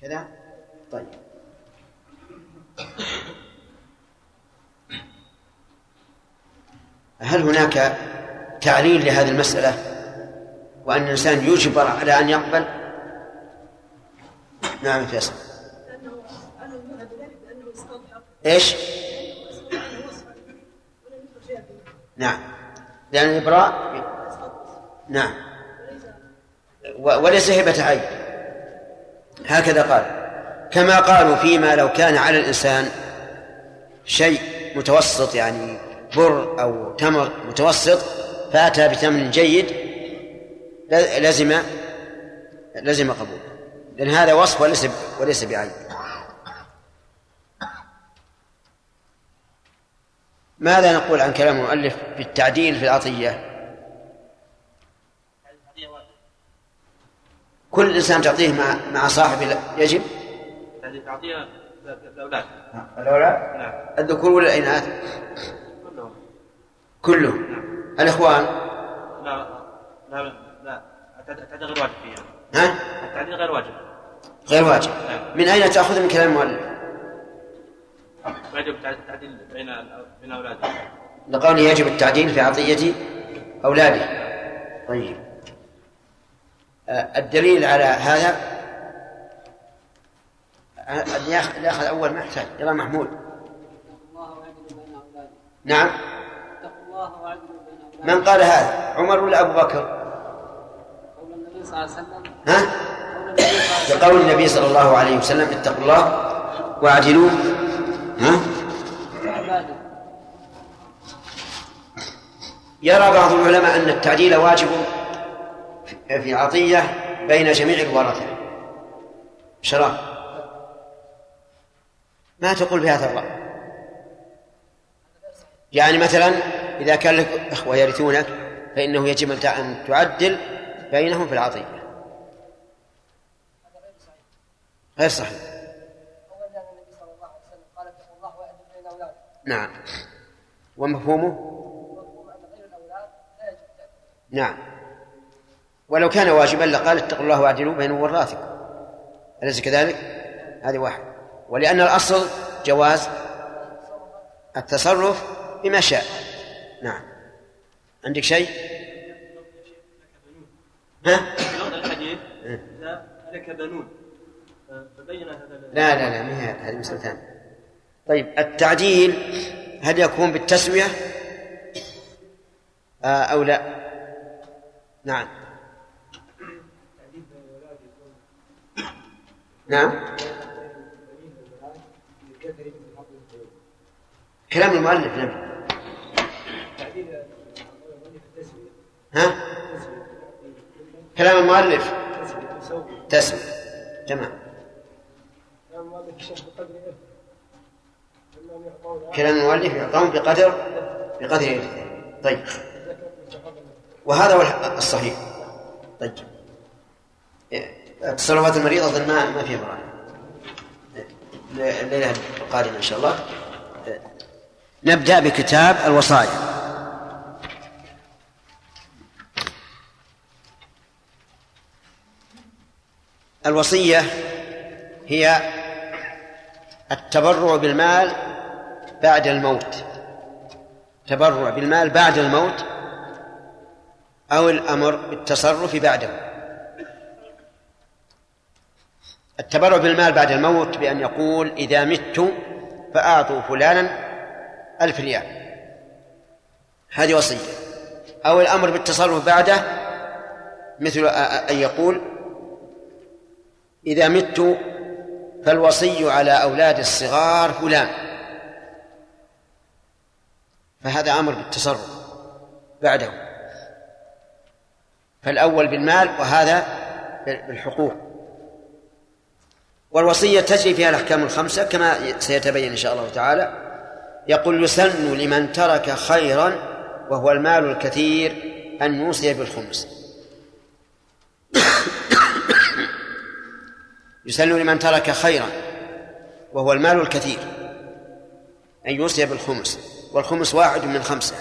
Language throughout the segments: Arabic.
كذا. طيب هل هناك تعليل لهذه المسألة وأن الإنسان يجبر على أن يقبل؟ نعم فيصل. إيش؟ نعم لأن الإبراء نعم وليس هبة عين، هكذا قال. كما قالوا فيما لو كان على الإنسان شيء متوسط يعني بر أو تمر متوسط فأتى بثمن جيد لزم قبول، لأن هذا وصف وليس بعين. ماذا نقول عن كلام المؤلف بالتعديل في العطية؟ كل إنسان تعطيه مع صاحب يجب تعطيه الأولاد. الأولاد؟ نعم. الذكور ولا الإناث؟ كلهم. نعم. الإخوان؟ لا التعديل غير واجب فيها. ها؟ التعديل غير واجب. غير واجب. نعم. من أين تأخذ من كلام المؤلف؟ يجب التعديل بين أولاده. لقوله يجب التعديل في عطية أولاده. طيب الدليل على هذا اللي يأخذ أول ما يحتاج. يلا محمود. نعم. من قال هذا، عمر ولا أبو بكر؟ قول النبي صلى الله عليه وسلم. ها؟ بقول النبي صلى الله عليه وسلم اتقوا الله واعدلوا. ها؟ يرى بعض العلماء أن التعديل واجب في عطية بين جميع الورثة. شراب ما تقول بهذا الرأي؟ يعني مثلا إذا كان لك أخوة يرثونك فإنه يجب أن تعدل بينهم في العطية. غير صحيح. نعم. ومفهومه نعم. ولو كان واجبا لقال اتقوا الله واعدلوا بين ورثكم، أليس كذلك؟ هذه واحد. ولأن الأصل جواز التصرف بما شاء. نعم. عندك شيء؟ ها؟ الحديث لك بنون لا هذه مسألة ثانية. طيب التعديل هل يكون بالتسوية أو لا؟ نعم. نعم. كلام المؤلف نعم. ها؟ كلام المؤلف تسوية. تمام. كلام المؤلف يعطون بقدر طيب. وهذا هو الصحيح. طيب التصرفات المريضة ما فيها براءة. الليلة القادمة إن شاء الله نبدأ بكتاب الوصايا. الوصية هي التبرع بالمال بعد الموت، تبرع بالمال بعد الموت أو الأمر بالتصرف بعده. التبرع بالمال بعد الموت بأن يقول إذا مت فأعطوا فلانا 1000 ريال، هذه وصية. أو الأمر بالتصرف بعده مثل أن يقول إذا مت فالوصي على أولاد الصغار فلان، فهذا أمر بالتصرف بعده. فالأول بالمال وهذا بالحقوق. والوصية تجري فيها الأحكام الخمسة كما سيتبين إن شاء الله تعالى. يقول يسن لمن ترك خيرا وهو المال الكثير أن يوصي بالخمس. يسن لمن ترك خيرا وهو المال الكثير أن يوصي بالخمس، والخمس 1 من 5.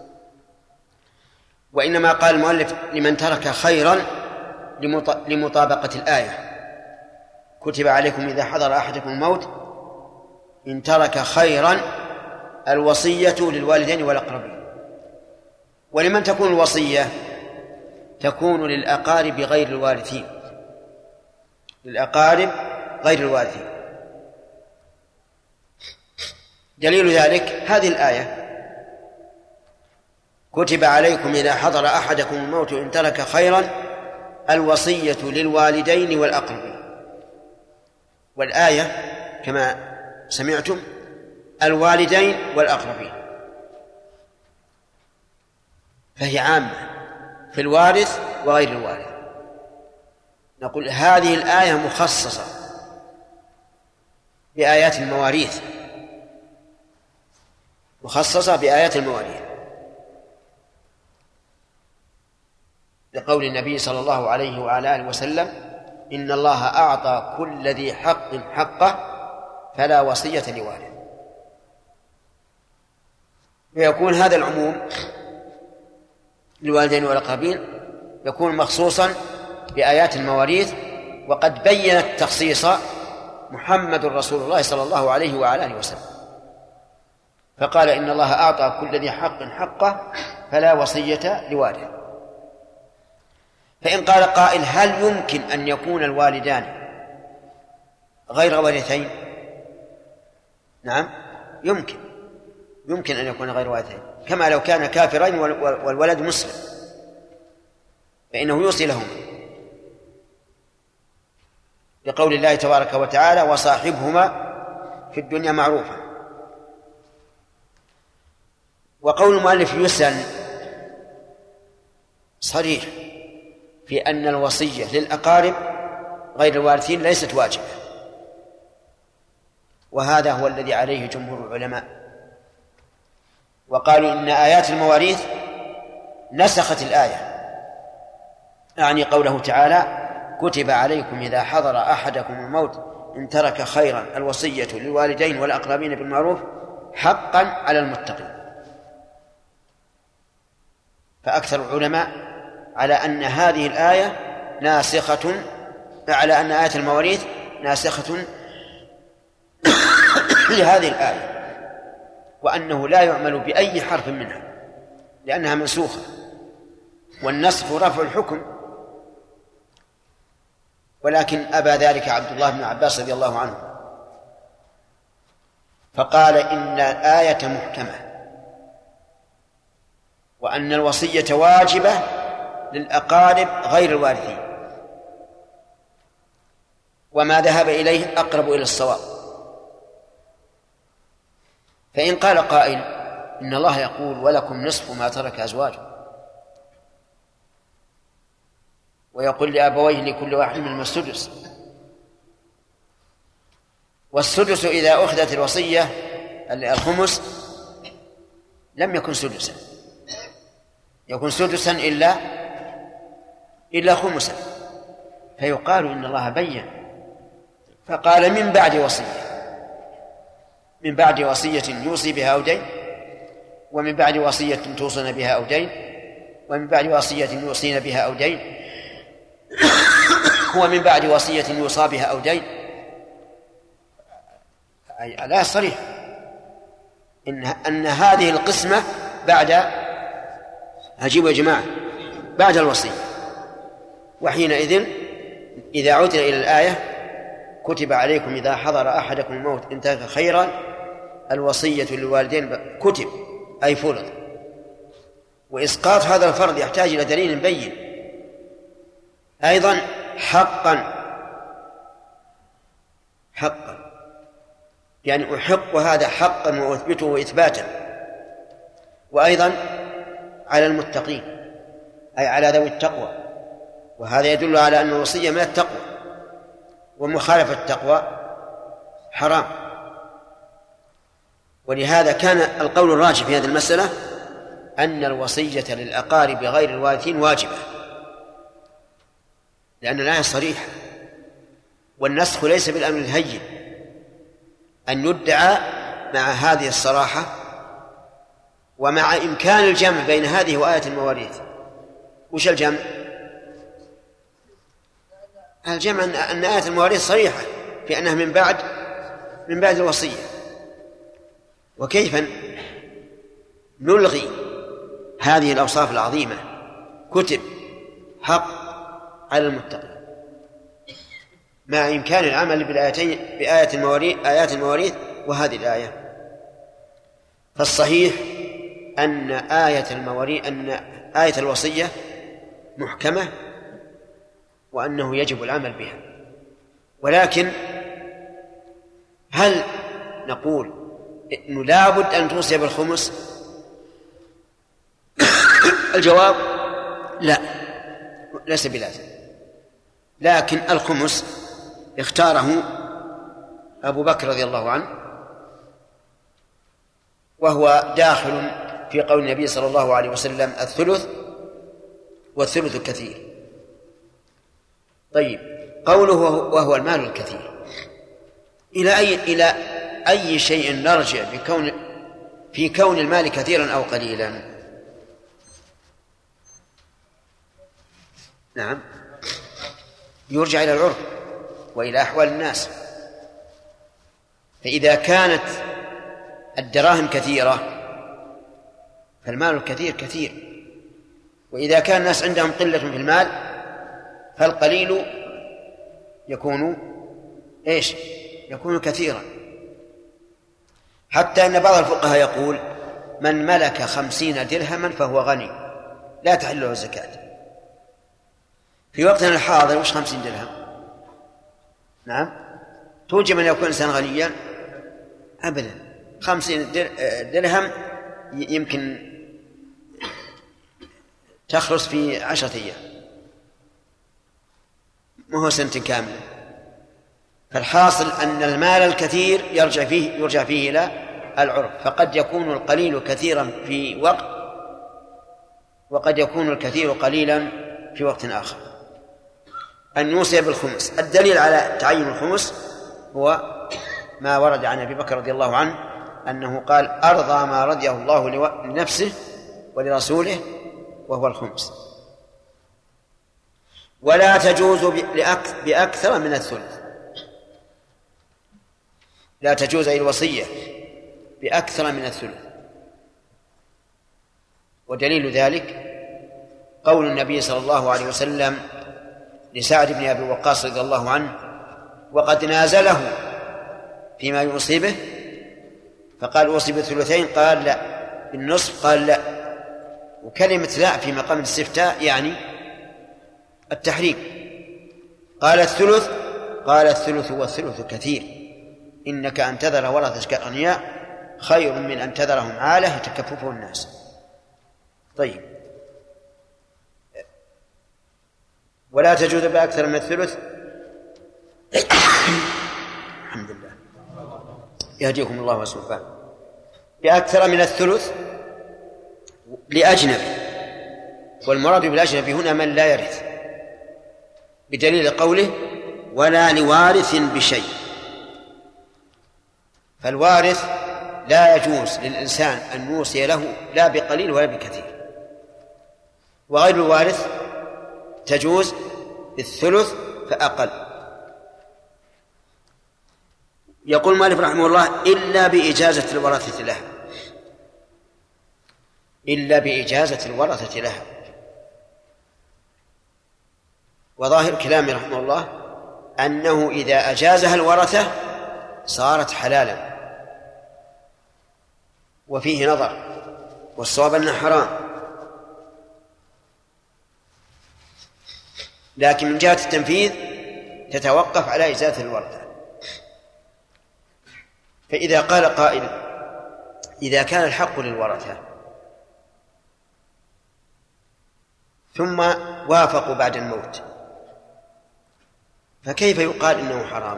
وإنما قال المؤلف لمن ترك خيرا لمطابقة الآية، كتب عليكم إذا حضر أحدكم الموت إن ترك خيرا الوصية للوالدين والأقربين. ولمن تكون الوصية؟ تكون للأقارب غير الوارثين، للأقارب غير الوارثين. دليل ذلك هذه الآية: كتب عليكم إذا حضر أحدكم الموت إن ترك خيرا الوصية للوالدين والأقربين. والآية كما سمعتم الوالدين والأقربين، فهي عامة في الوارث وغير الوارث. نقول هذه الآية مخصصة بآيات المواريث، مخصصة بآيات المواريث، لقول النبي صلى الله عليه وعلى آله وسلم: إن الله أعطى كل ذي حق حقه فلا وصية لوارث. ويكون هذا العموم للوالدين والأقربين يكون مخصوصا بآيات المواريث، وقد بين التخصيص محمد رسول الله صلى الله عليه وعلى آله وسلم، فقال: إن الله أعطى كل ذي حق حقه فلا وصية لوارث. فإن قال قائل: هل يمكن أن يكون الوالدان غير وارثين؟ نعم، يمكن أن يكون غير وارثين، كما لو كان كافرين والولد مسلم فإنه يوصي لهما، لقول الله تبارك وتعالى: وصاحبهما في الدنيا معروفا. وقول المؤلف يسأل صريح في أن الوصية للأقارب غير الوارثين ليست واجبة، وهذا هو الذي عليه جمهور العلماء، وقالوا إن آيات المواريث نسخت الآية، أعني قوله تعالى: كتب عليكم إذا حضر أحدكم الموت إن ترك خيرا الوصية للوالدين والأقربين بالمعروف حقا على المتقين. فأكثر العلماء على أن هذه الآية ناسخة، على أن آية المواريث ناسخة لهذه الآية، وأنه لا يعمل بأي حرف منها لأنها منسوخة، والنسخ رفع الحكم. ولكن أبى ذلك عبد الله بن عباس رضي الله عنه، فقال: إن الآية محكمة، وأن الوصية واجبة للأقارب غير الوارثين، وما ذهب إليه أقرب إلى الصواب. فإن قال قائل: إن الله يقول: ولكم نصف ما ترك أزواجكم، ويقول لأبويه لكل واحد منهم السدس، والسدس إذا أخذت الوصية الخمس لم يكن سدسا، يكون سدسا إلا خمسا، فيقال إن الله بين فقال: من بعد وصية يوصي بها أو دين، ومن بعد وصية توصين بها أو دين، ومن بعد وصية يوصين بها أو دين، ومن بعد وصية يوصى بها أو دين. لا صريح أن هذه القسمة بعد، أجيبوا يا جماعة، بعد الوصية. وحينئذ إذا عدنا إلى الآية: كتب عليكم إذا حضر أحدكم الموت إن ترك خيرا الوصية للوالدين، كتب أي فرض، وإسقاط هذا الفرض يحتاج إلى دليل بين. أيضا حقا يعني أحق هذا حقا وأثبته إثباتا. وأيضا على المتقين أي على ذوي التقوى، وهذا يدل على أن الوصية من التقوى، ومخالفة التقوى حرام. ولهذا كان القول الراجح في هذه المسألة أن الوصية للأقارب غير الوارثين واجبة، لأن الآية صريحة، والنسخ ليس بالأمر الهين أن يدعى مع هذه الصراحة ومع إمكان الجمع بين هذه وآية المواريث. وش الجمع؟ الجمع أن آية المواريث صريحة في أنها من بعد الوصية. وكيف نلغي هذه الأوصاف العظيمة؟ كتب حق على المتقين مع إمكان العمل بآيات المواريث وهذه الآية. فالصحيح أن آية الوصية محكمة وأنه يجب العمل بها. ولكن هل نقول إنه لابد أن توصي بالخمس؟ الجواب لا، ليس بلازم. لكن الخمس اختاره أبو بكر رضي الله عنه، وهو داخل في قول النبي صلى الله عليه وسلم الثلث والثلث كثير. طيب، قوله وهو المال الكثير، إلى أي شيء نرجع في كون المال كثيرا أو قليلا؟ نعم، يرجع إلى العرف وإلى أحوال الناس. فإذا كانت الدراهم كثيرة فالمال الكثير كثير، وإذا كان الناس عندهم قلة في المال فالقليل يكون كثيرا. حتى أن بعض الفقهاء يقول من ملك 50 درهما فهو غني لا تحل له الزكاة. في وقتنا الحاضر وش 50 درهم؟ نعم، توجب أن يكون إنسان غنيا؟ أبدا. 50 درهم يمكن تخلص في 10 أيام، ما هو سنة كاملة. فالحاصل أن المال الكثير يرجع فيه إلى العرف، فقد يكون القليل كثيرا في وقت، وقد يكون الكثير قليلا في وقت آخر. أن يوصي بالخمس، الدليل على تعين الخمس هو ما ورد عن أبي بكر رضي الله عنه أنه قال أرضى ما رضيه الله لنفسه ولرسوله وهو الخمس. ولا تجوز بأكثر من الثلث، لا تجوز أي الوصية بأكثر من الثلث. ودليل ذلك قول النبي صلى الله عليه وسلم لسعد بن أبي وقاص رضي الله عنه وقد نازله فيما يوصي به، فقال أوصي بالثلثين، قال لا، بالنصف قال لا. وكلمة لا في مقام الاستفتاء يعني التحريم. قال الثلث، قال الثلث والثلث كثير، إنك أن تذر ورثتك أغنياء خير من أن تذرهم عالة يتكففه الناس. طيب، ولا تجوز بأكثر من الثلث. الحمد لله، يهديكم الله ويصلح. بأكثر من الثلث لأجنبي، والمراد بالأجنبي هنا من لا يرث، بدليل قوله ولا لوارث بشيء. فالوارث لا يجوز للإنسان أن يوصي له لا بقليل ولا بكثير، وغير الوارث تجوز بالثلث فأقل. يقول مالك رحمه الله إلا بإجازة الورثة له، إلا بإجازة الورثة لها. وظاهر كلامه رحمه الله أنه إذا أجازها الورثة صارت حلالا، وفيه نظر، والصواب أنها حرام. لكن من جهة التنفيذ تتوقف على إجازة الورثة. فإذا قال قائل إذا كان الحق للورثة ثم وافقوا بعد الموت فكيف يقال إنه حرام؟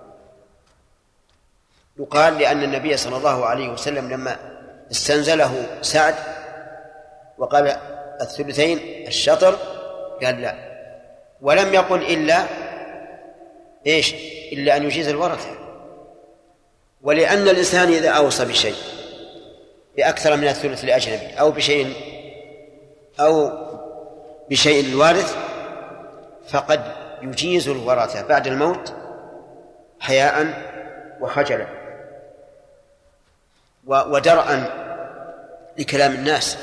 يقال لأن النبي صلى الله عليه وسلم لما استنزله سعد وقال الثلثين الشطر قال لا، ولم يقل إلا أن يجيز الورثة. ولأن الإنسان إذا أوصى بشيء بأكثر من الثلث لأجنبي أو بشيء للوارث فقد يجيز الورثة بعد الموت حياء وخجلا ودرءا لكلام الناس،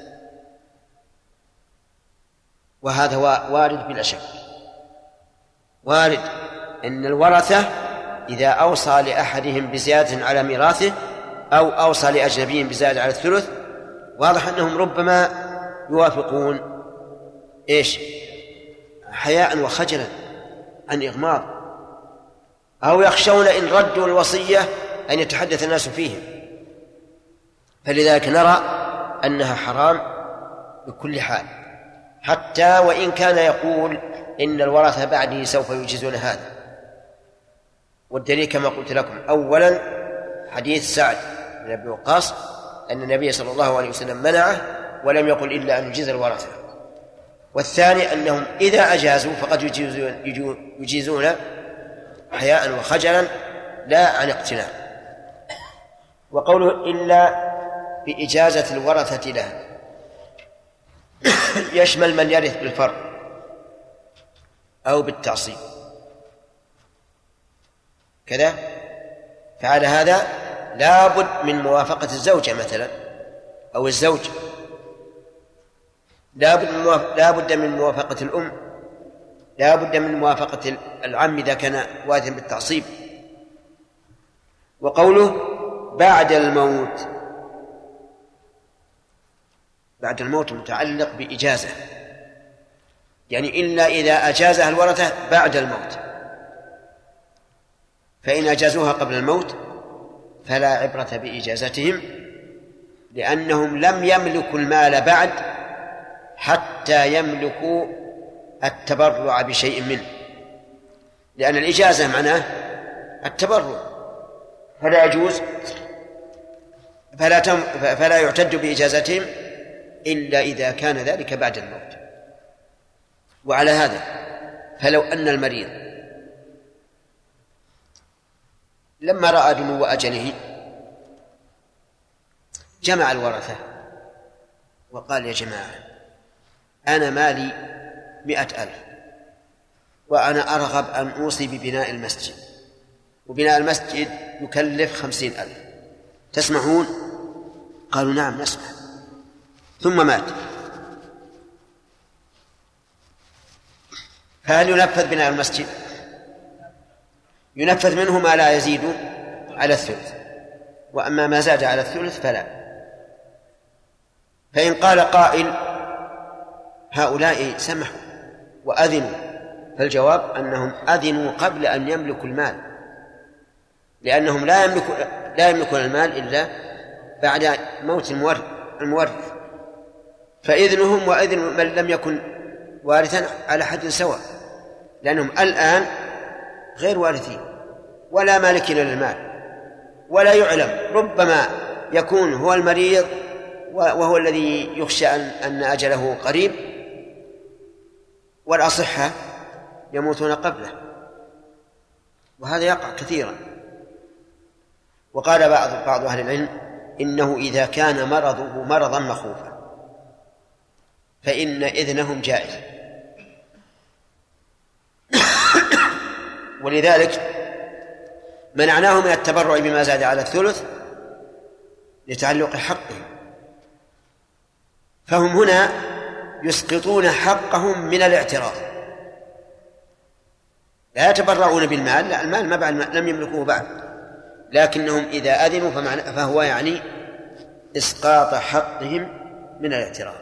وهذا وارد بلا شك، وارد أن الورثة إذا أوصى لأحدهم بزيادة على ميراثه أو أوصى لأجنبي بزيادة على الثلث، واضح أنهم ربما يوافقون إيش؟ حياء وخجلا عن إغماض، أو يخشون إن ردوا الوصية أن يتحدث الناس فيهم، فلذلك نرى أنها حرام بكل حال، حتى وإن كان يقول إن الورثة بعدي سوف يجيزون هذا. والدليل كما قلت لكم أولا حديث سعد بن أبي وقاص أن النبي صلى الله عليه وسلم منعه ولم يقل إلا أن يجيز الورثة، والثاني أنهم إذا أجازوا فقد يجيزون حياء وخجلا لا عن اقتناع. وقوله إلا بإجازة الورثة له يشمل من يرث بالفرض أو بالتعصيب كذا، فعلى هذا لا بد من موافقة الزوجة مثلا أو الزوج، لا بد من موافقة الأم، لا بد من موافقة العم إذا كان واثما بالتعصيب. وقوله بعد الموت، بعد الموت متعلق بإجازة، يعني إلا إذا أجازها الورثة بعد الموت، فإن أجازوها قبل الموت فلا عبرة بإجازتهم، لأنهم لم يملكوا المال بعد حتى يملكوا التبرع بشيء منه، لأن الإجازة معناه التبرع، فلا يجوز فلا يعتد بإجازتهم إلا إذا كان ذلك بعد الموت. وعلى هذا فلو أن المريض لما رأى دنو أجله جمع الورثة وقال يا جماعة أنا مالي 100,000 وأنا أرغب أن أوصي ببناء المسجد، وبناء المسجد يكلف 50,000، تسمحون؟ قالوا نعم نسمح. ثم مات، فهل ينفذ بناء المسجد؟ ينفذ منه ما لا يزيد على الثلث، وأما ما زاد على الثلث فلا. فإن قال قائل هؤلاء سمحوا وأذنوا، فالجواب أنهم أذنوا قبل أن يملكوا المال، لأنهم لا يملكون المال إلا بعد موت المورث، فإذنهم وإذن من لم يكن وارثا على حد سواء، لأنهم الآن غير وارثين ولا مالكين للمال، ولا يعلم، ربما يكون هو المريض وهو الذي يخشى أن أجله قريب، والأصحة يموتون قبله، وهذا يقع كثيرا. وقال بعض أهل العلم إنه إذا كان مرضه مرضا مخوفا فإن إذنهم جائز، ولذلك منعناه من التبرع بما زاد على الثلث لتعلق حقهم، فهم هنا يسقطون حقهم من الاعتراض، لا يتبرعون بالمال، لا، المال ما بعد لم يملكوه بعد، لكنهم إذا أذنوا فهو يعني إسقاط حقهم من الاعتراض.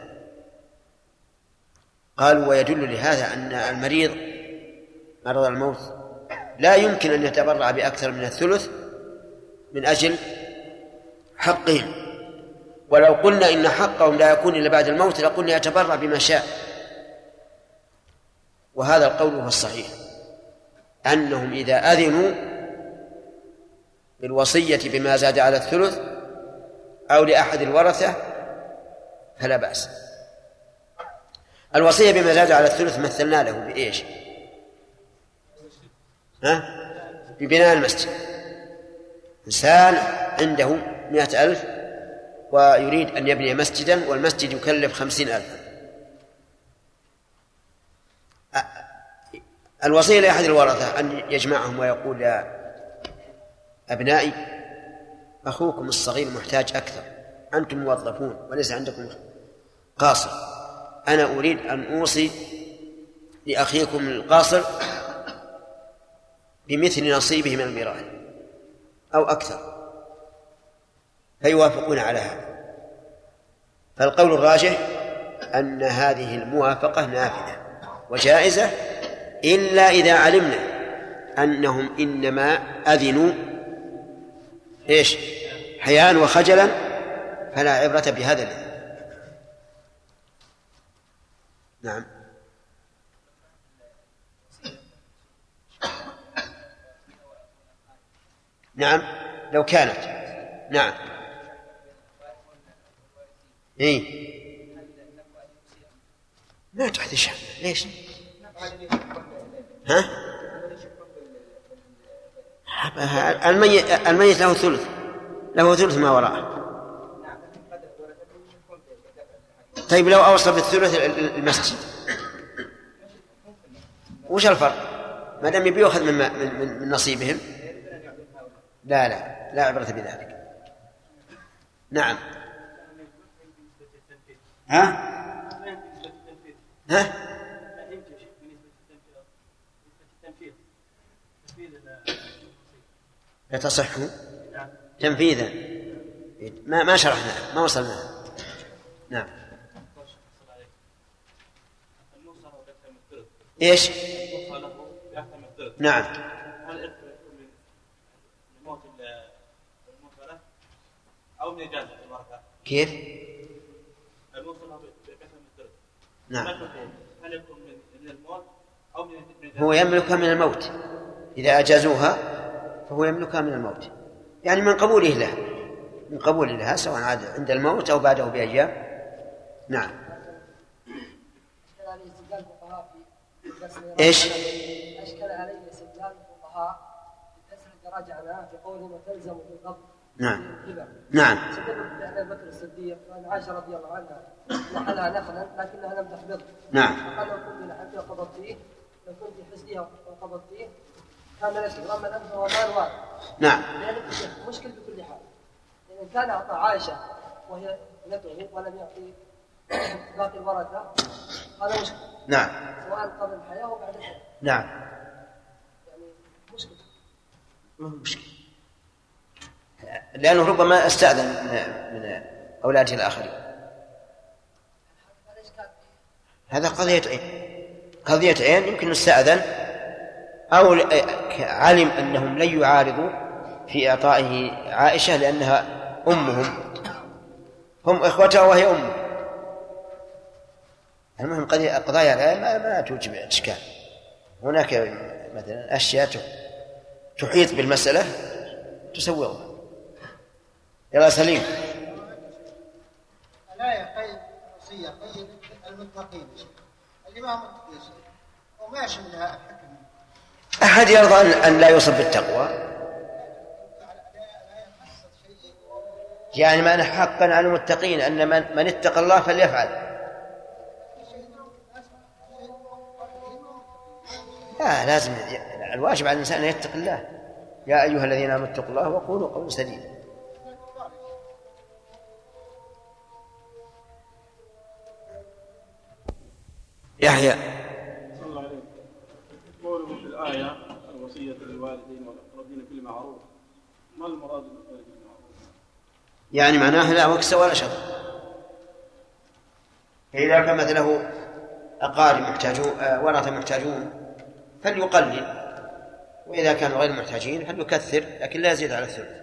قالوا ويدل لهذا أن المريض مرض الموت لا يمكن أن يتبرع بأكثر من الثلث من أجل حقهم، ولو قلنا إن حقهم لا يكون إلا بعد الموت لقلنا يتبرع بما شاء. وهذا القول هو الصحيح، أنهم إذا أذنوا بالوصية بما زاد على الثلث أو لأحد الورثة فلا بأس. الوصية بما زاد على الثلث مثلنا له بإيش؟ ببناء المسجد. إنسان عنده 100,000 ويريد أن يبني مسجدا، والمسجد يكلف 50,000، الوصية لأحد الورثة أن يجمعهم ويقول: يا أبنائي، أخوكم الصغير محتاج أكثر، أنتم موظفون وليس عندكم قاصر، أنا أريد أن أوصي لأخيكم القاصر بمثل نصيبه من الميراث أو أكثر، فيوافقون على هذا. فالقول الراجح أن هذه الموافقة نافذة وجائزة، إلا إذا علمنا أنهم إنما أذنوا حياء وخجلا، فلا عبرة بهذا الإذن. نعم. نعم لو كانت. نعم. لا تحدث. ليش؟ ها؟ الميت له ثلث ما وراءه. طيب لو أوصى بالثلث المسجد وش الفرق؟ ما دام يبي يأخذ من نصيبهم. لا عبرة بذلك. نعم. ها؟ لا تصح تنفيذا. ما شرحنا، ما وصلنا. نعم. ايش؟ نعم. أو من إجازة الورثة. كيف؟ الموصل بقسم الثلث. نعم. هل يكون من الموت أو من هو يملكها من الموت، إذا أجازوها فهو يملكها من الموت، يعني من قبوله لها سواء عاد عند الموت أو بعده بأيام. نعم. إيش؟ أشكل علي استدلال الفقهاء بكسر الدرجة عنها في قوله وتلزم بالضبط. نعم. نعم. استدل بأبي بكر الصديق وأن عائشة رضي الله عنها نحلها نخلا لكنها لم تحبط. نعم. فقال لو كنت لحبت وقبضتيه، لو كنت حسنيها وقبضتيه كان لك رغم الأنف ومال واحد. نعم. لأن مشكل بكل حال، لأن كان أعطى عائشة وهي ابنته ولم يعطي باقي الورثة، هذا مشكل. نعم. سواء قبل الحياة وبعد الحياة. نعم. يعني مشكل. ما هو مشكل، لأنه ربما استأذن من أولاده الآخرين. هذا قضية عين يمكن نستأذن، أو علم أنهم لن يعارضوا في إعطائه عائشة لأنها أمهم، هم إخوتها وهي أمه. المهم قضايا العين ما توجب إشكال. هناك مثلا أشياء تحيط بالمسألة تسوغها. يلا سليم. الآية قيد وصية قيد المتقين، الإمام وما يشملها الحكم. أحد يرضى أن لا يوصف بالتقوى؟ يعني ما حقا على المتقين أن من اتقى الله فليفعل. لا، لازم الواجب على الإنسان أن يتقي الله. يا أيها الذين آمنوا اتقوا الله وقولوا قولا سديدا. يحيى. صلى الله عليه قوله في الآية الوصية للوالدين والأقربين بالمعروف، ما المراد بالمعروف؟ يعني معناه لا وكس ولا شر. إذا كان مثله أقارب محتاجون ورثة محتاجون فليقلل، وإذا كانوا غير محتاجين فليكثر، لكن لا يزيد على الثلث.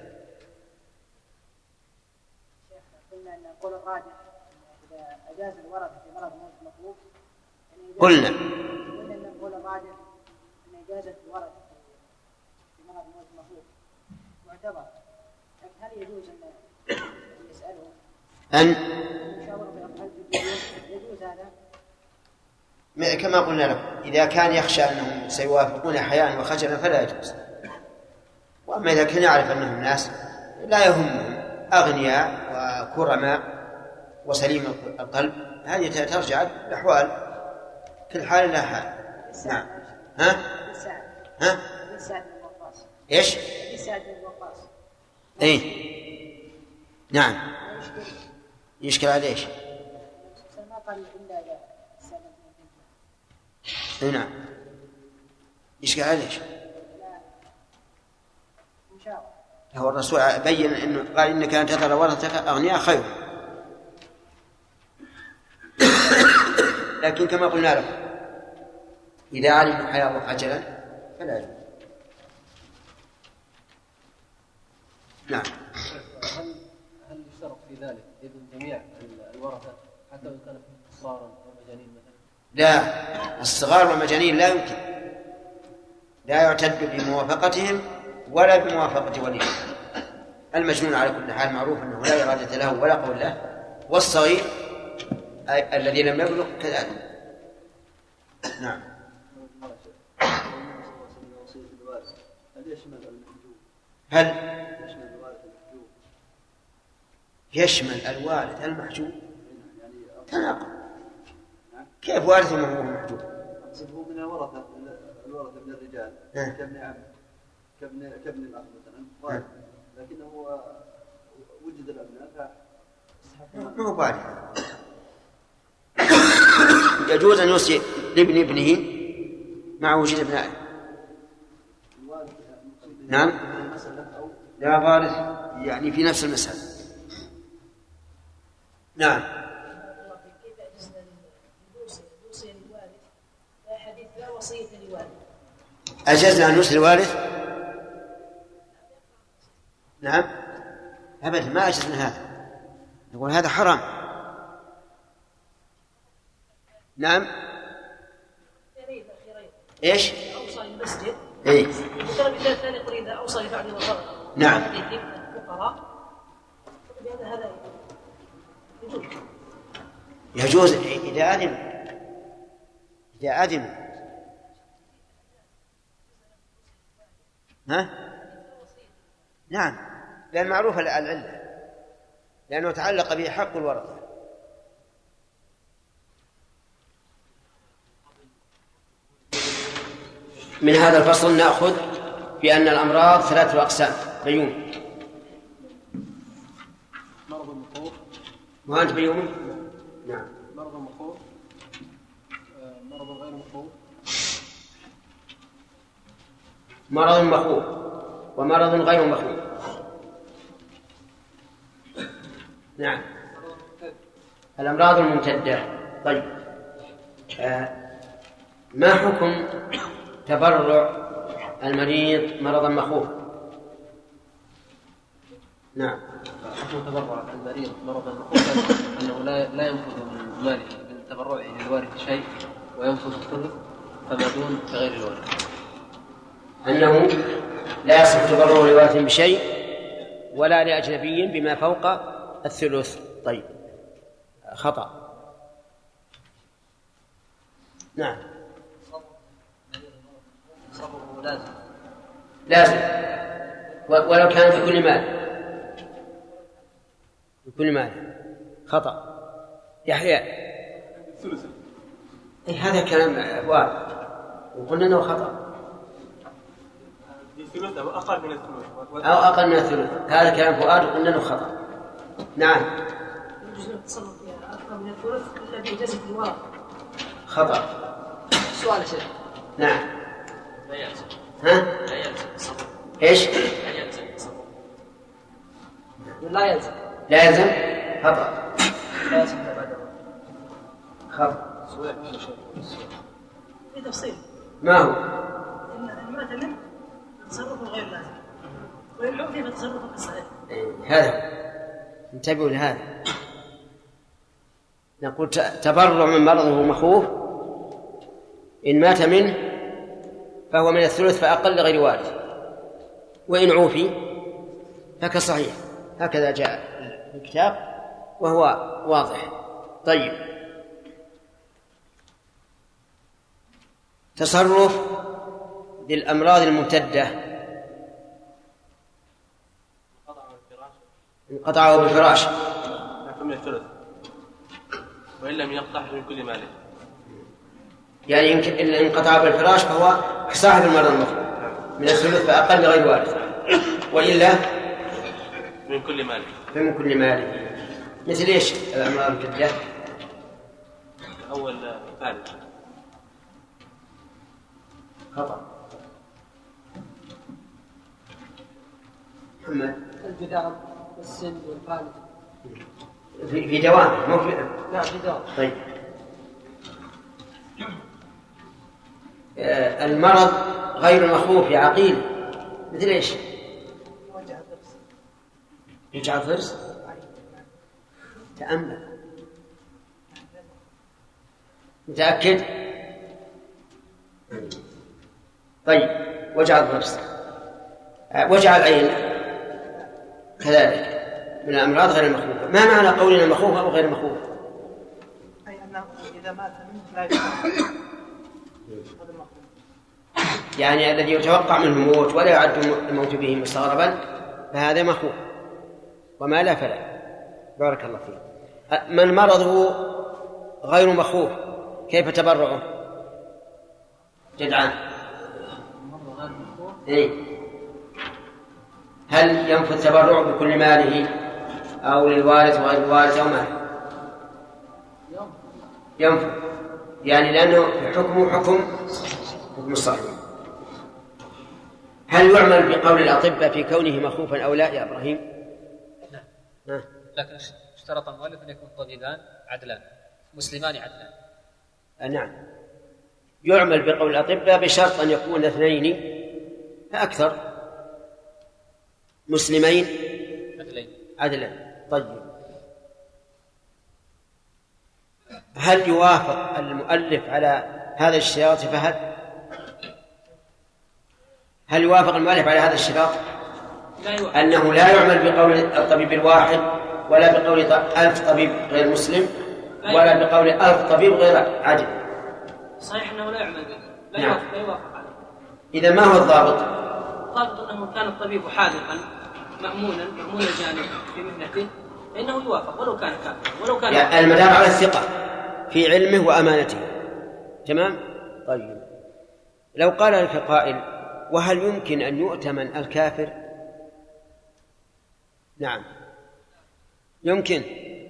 قلنا أن القول الراجح إذا أجاز الورثة في مرض موت مطلوب. قلنا أن القول الراجح أن إجازة الورثة في مرض موت مطلوب معتبر، لكن هل يجوز أن يسأله أن يشاور بأفعال يجوز هذا؟ كما قلنا لكم إذا كان يخشى أنهم سيوافقون حياء وخجلا فلا يجوز. وأما إذا كان يعرف أنهم ناس لا يهمهم أغنياء وكرماء وسليم القلب، هذه ترجع الأحوال كل حال لا حال. نعم. ها؟ ها؟ سعد بن وقاص. إيش؟ سعد بن وقاص. إيه نعم. يشكل عليه إيش؟ ما قال إلا سعد بن إيه نعم. يشكل عليه إيش؟ هو الرسول بين إنه قال إنك أن تذر ورثتك أغنياء خير. لكن كما قلنا لكم إذا علموا حياء عجلا فلا يجوز. نعم. هل يشترط في ذلك إذن جميع الورثة حتى لو كانوا صغارا ومجانين مثلا؟ لا، الصغار والمجانين لا يمكن، لا يعتد بموافقتهم ولا بموافقة وليه. المجنون على كل حال معروف أنه لا إرادة له ولا قول له، والصغير الذي لم يبلغ كذلك. نعم. هل يشمل الوارث المحجوب؟ تناقض. كيف وارث وهو محجوب؟ هو من الورثة من الرجال كابن عم كابن الأخ مثلا، لكنه وجد الأبناء ما هو وارث. يجوز أن يوصي لابن ابنه مع وجود ابنائه. نعم. لا وارث يعني في نفس المسألة. نعم. كيف أجزنا الوصية للوارث؟ لا حديث لا وصية للوارث. أجزنا أن نوصي الوارث؟ نعم أبدا ما أجزنا هذا، نقول هذا حرام. نعم. إيش؟ أوصى للمسجد. إيه. وترى مثال ثاني يقول إذا أوصى لبعض الفقراء. نعم. الفقراء هذا يجوز إذا أذن. ها؟ نعم، لأن معروف العلة، لأنه تعلق به حق الورثة. من هذا الفصل نأخذ بأن الأمراض 3 أقسام. بيوم. مرض المخوف. وأنت بيوم؟ نعم. مرض المخوف، مرض غير مخوف. مرض مخوف ومرض غير مخوف. نعم. الأمراض الممتدة. طيب، ما حكم تبرع المريض مرضا مخوفا؟ نعم. حكم تبرع المريض مرضا مخوفا أنه لا ينفذ من ماله من تبرعه للوارث شيء وينفذ الثلث فما دون كغير الوارث. أنه لا يصح تبرع لوارث بشيء ولا لأجنبي بما فوق الثلث. طيب، خطأ. نعم. لازم ولو كان في كل مال. في كل مال. خطأ. يحيى. هذا كلام واضح وقلنا أنه خطأ. أو أقل من الثلث. أو أقل من الثلث. هذا كلام فؤاد وقلنا أنه خطأ. نعم. يجوز التصرف فيها أكثر من الثلث إلا بإجازة الورثة. خطأ. سؤال شيخ. نعم. لا يلزم. ها؟ لا يلزم التصرف. إيش؟ لا يلزم التصرف. لا يلزم. لا يلزم. خطأ. لا يلزم بعد. خطأ. في تفصيل. ما هو؟ إن مات منه تصرف غير لازم وإن عوفي فتصرف الصحيح. هذا انتبهوا لهذا. نقول تبرع من مرضه مخوف إن مات منه فهو من الثلث فأقل غير وارث، وإن عوفي فكصحيح. هكذا جاء في الكتاب وهو واضح. طيب، تصرف للأمراض الممتدة. انقطعه بالفراش لكن من الثلث وإن لم يقطع من كل ماله. يعني يمكن إن انقطع بالفراش فهو كصاحب المرض المطلق من الثلث فأقل غير وارث، وإلا من كل ماله. من كل ماله. مثل إيش الأمراض الجدة؟ أول فارق خطأ. محمد الجذام والسن والفالج في دوام مو في لا في دوام. طيب المرض غير المخوف يا عقيل مثل ايش؟ وجع الضرس. تأمل. متأكد؟ طيب وجع الضرس، وجع العين كذلك من الأمراض غير المخوفة. ما معنى قولنا مخوفة أو غير مخوفة؟ أي أنه إذا مات منه لا يشعر. يعني الذي يتوقع منه الموت ولا يعد الموت به مستغربا فهذا مخوف، وما لا فلا. بارك الله فيك. من مرضه غير مخوف كيف تبرعه؟ جدعان. إيه؟ هل ينفذ التبرع بكل ماله أو للوارث وغير الوارث أو ماله؟ ينفذ، يعني لأنه حكمه حكم الصحيح. هل يعمل بقول الأطباء في كونه مخوفا أو لا يا إبراهيم؟ لا. لكن اشترط المؤلف أن يكون طبيبان عدلان مسلمان عدلان. نعم، يعمل بقول الأطباء بشرط أن يكون اثنين فأكثر مسلمين عدلين. طيب هل يوافق المؤلف على هذا الاشتراط فهد؟ هل يوافق المؤلف على هذا الاشتراط أنه لا يعمل بقول الطبيب الواحد ولا بقول 1000 طبيب غير مسلم ولا بقول 1000 طبيب غير عادل؟ صحيح أنه لا يعمل به، لا يوافق عليه. إذا ما هو الضابط؟ الضابط أنه كان الطبيب حاذقا مأمون الجانب في مهنته فإنه يوافق ولو كان كافر ولو كان يعني المدار على الثقة في علمه وأمانته. تمام. طيب لو قال لك قائل وهل يمكن أن يؤتمن الكافر؟ نعم يمكن.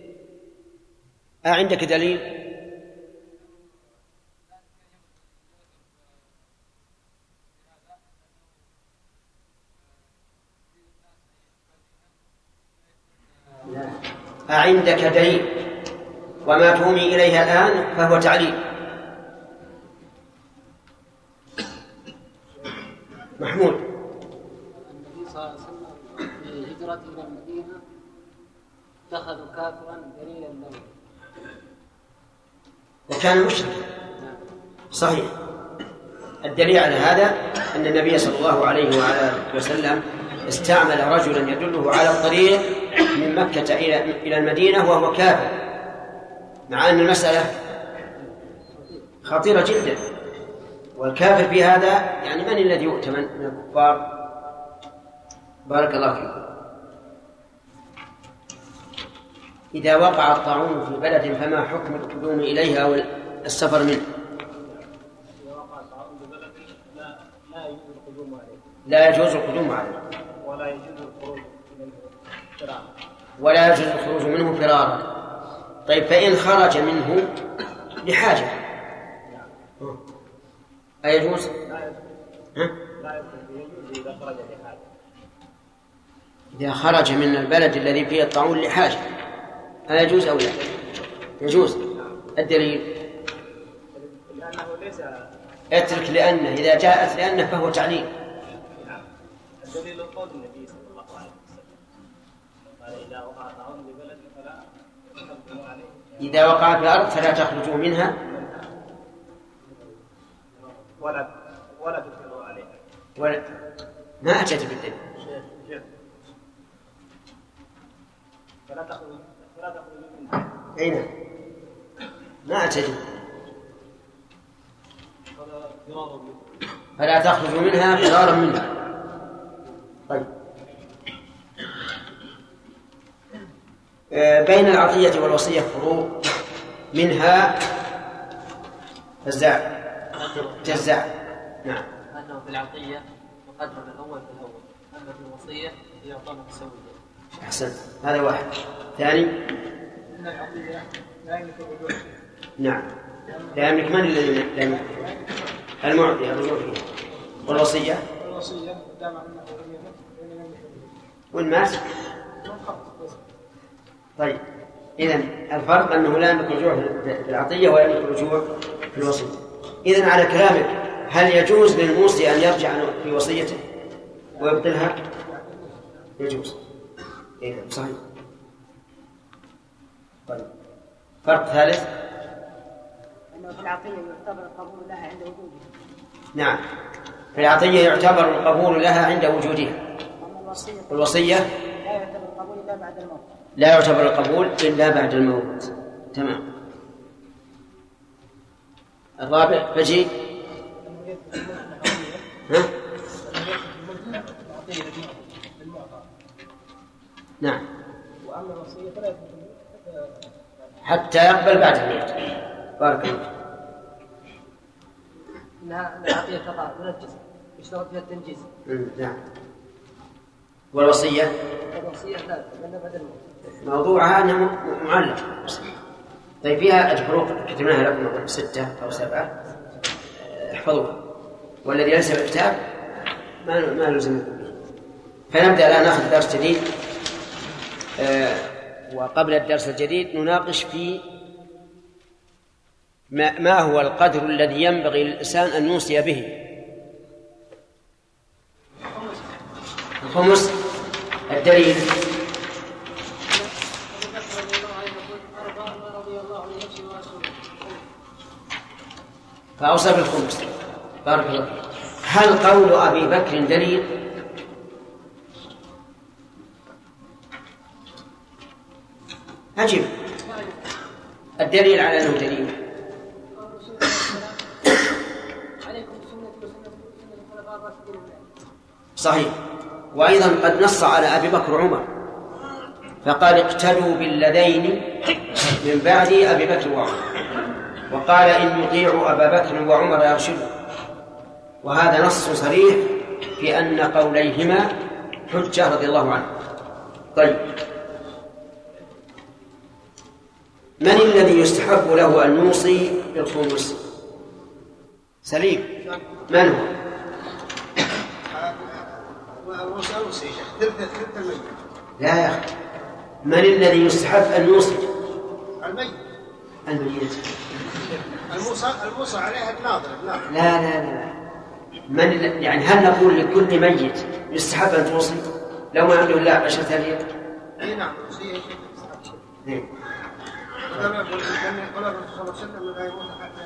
عندك دليل؟ عندك دليل؟ وما تومي إليها الآن فهو تعليل. محمود. النبي صلى الله عليه وسلم في هجرته إلى المدينة اتخذوا كافرا دليلا له وكان مشركا. صحيح. الدليل على هذا أن النبي صلى الله عليه وعلى وسلم استعمل رجلا يدله على الطريق من مكة إلى المدينة وهو كافر، مع أن المسألة خطيرة جدا. والكافر في هذا يعني من الذي يؤتمن من الكفار؟ بارك الله فيكم. إذا وقع الطاعون في بلد فما حكم القدوم إليها والسفر منه؟ إذا وقع الطاعون في بلد لا يجوز القدوم عليه. لا يجوز القدوم عليه. ولا يجوز الخروج منه فرارا. ولا يجوز الخروج منه فرارا. طيب فإن خرج منه لحاجة أيجوز؟ لا يجوز إذا خرج لحاجة. إذا خرج من البلد الذي فيه الطاعون لحاجة أيجوز أو لا؟ يجوز. الدليل؟ لأنه ليس اترك لأنه، إذا جاءت لأنه فهو تعليل. الدليل قول النبي صلى الله عليه وسلم قال إذا وقع طاعون ببلد فلا تخرجوا عليه. إذا وقع في الأرض فلا تخرجوا منها ولا تكفروا عليه. ولا ما أتيت بالدليل. فلا تخرجوا منها. أين؟ ما أتيت. فلا تخرجوا منها فرارا منها. طيب بين العطية والوصية فروق، منها الزاد جزاء. نعم. أنه في العطية يقدم الأول في الأول، أما في الوصية يعطى متساويين. أحسنت، هذا واحد. ثاني. إن العطية لا يملك الرجوع. نعم، لا يملك. من الذي لا يملك؟ المعطي الرجوع فيه. والوصية دام أنه لم يملك. والمال. طيب، إذن الفرق أنه لا يملك الرجوع في العطية ولا يملك الرجوع في الوصية. إذن على كلامك، هل يجوز للموصي أن يرجع في وصيته ويبطلها؟ يجوز. إذن صحيح. طيب، فرق ثالث. أنه في العطية يعتبر القبول لها عند وجودها. نعم، في العطية يعتبر القبول لها عند وجودها. والوصية لا يعتبر القبول إلا بعد الموت. لا يعتبر القبول إلا بعد الموت. تمام. الرابع فجي. نعم. وأما الوصية فلا يكون حتى يقبل بعد الموت. بارك الله. إنها العطية تقع منجزة يشترط فيها التنجيز. نعم. والوصية الوصية لا لأنها بعد الموت. موضوعها أنها معلق. طيب، فيها الفروق كتبناها لكم 6 أو 7، احفظوها. والذي ليس بالكتاب ما نلزمكم به. فنبدأ الآن نأخذ درس جديد. وقبل الدرس الجديد نناقش في ما هو القدر الذي ينبغي للإنسان أن يوصي به. الخمس. الدليل. فأوصى بالخمس. بارك الله فيك. هل قول أبي بكر دليل؟ عجيب. الدليل على أنه دليل. صحيح. وأيضا قد نص على أبي بكر وعمر فقال اقتدوا بالذين من بعد أبي بكر وعمر، وقال إن يطيعوا أبا بكر وعمر يرشدوا. وهذا نص صريح في أن قوليهما حجة رضي الله عنه. طيب، من الذي يستحب له أن يوصي بالخمس؟ سليم، من هو؟ لا يا أخي، من الذي يستحب أن يوصي؟ الميت. الموصى عليها الناظر. لا. من يعني هل نقول لكل ميت يستحب أن توصي لو ما عنده إلا 10,000؟ نعم. قال الرسول صلى الله عليه وسلم لا يموت حتى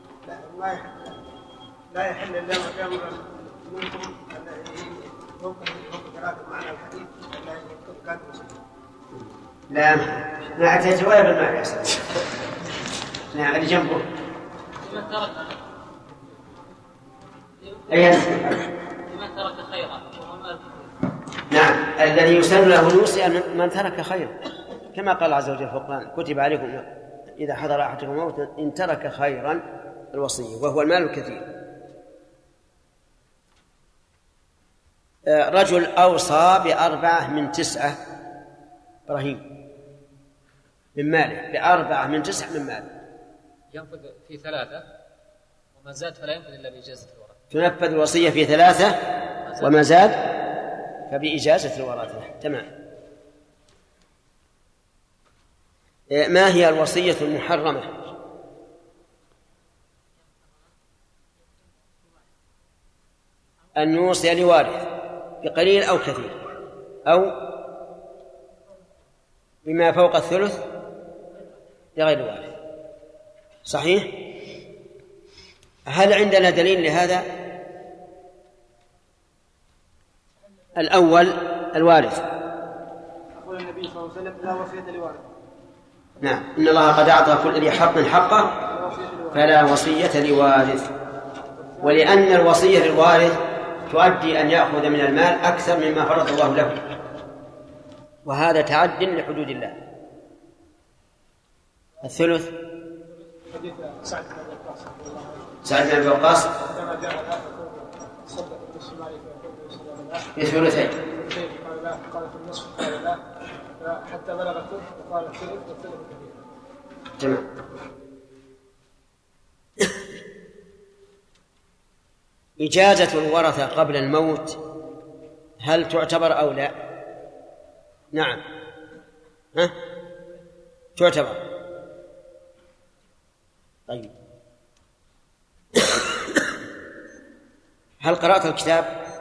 لا يحل الله ويامر منكم ممكن قراءة معنى الحديث لا يكتب كاتب وسلم. لا، ما أتيت ولا بالماء يا سيدي. نعم، اللي جنبه. لمن ترك خيرا. نعم، الذي يسن له الوصي من ترك خيرا، كما قال عز وجل في القرآن كتب عليكم إذا حضر أحدكم الموت إن ترك خيرا الوصية، وهو المال الكثير. رجل أوصى ب4 من 9 إبراهيم من ماله، ب4 من 9 من ماله، ينفذ في 3 وما زاد فلا ينفذ إلا بإجازة الورثة. تنفذ الوصية في 3 وما زاد فبإجازة الورثة. تمام. ما هي الوصية المحرمة؟ أن يوصي لوارث بقليل أو كثير أو بما فوق الثلث لغير وارث. صحيح؟ هل عندنا دليل لهذا؟ الأول الوارث. يقول النبي صلى الله عليه وسلم لا وصية لوارث. نعم، إن الله قد أعطى كل ذي حق حقه فلا وصية لوارث. ولأن الوصية للوارث تؤدي أن يأخذ من المال أكثر مما فرض الله له، وهذا تعد لحدود الله. الثلث سعد بن أبي وقاص عندما جاء الآخر تصدق بنصف مالك بثلثين قال لا، قال في النصف قال لا، حتى بلغ الثلث وقال الثلث والثلث كثير. تمام. إجازة الورثة قبل الموت هل تعتبر أو لا؟ نعم. تعتبر. طيب، هل قرأت الكتاب؟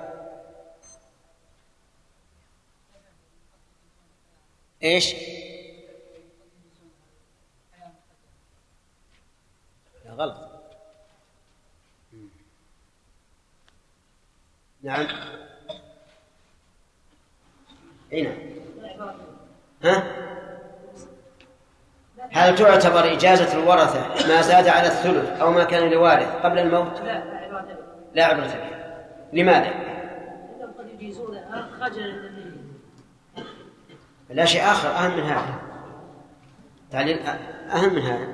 إيش؟ لا، غلط. نعم. أين؟ هل تعتبر إجازة الورثة ما زاد على الثلث أو ما كان لوارث قبل الموت؟ لا عبرة بها. لماذا؟ لأنهم قد يجيزونها خجلا للنبي. لا، شيء آخر أهم من هذا، تعليل أهم من هذا.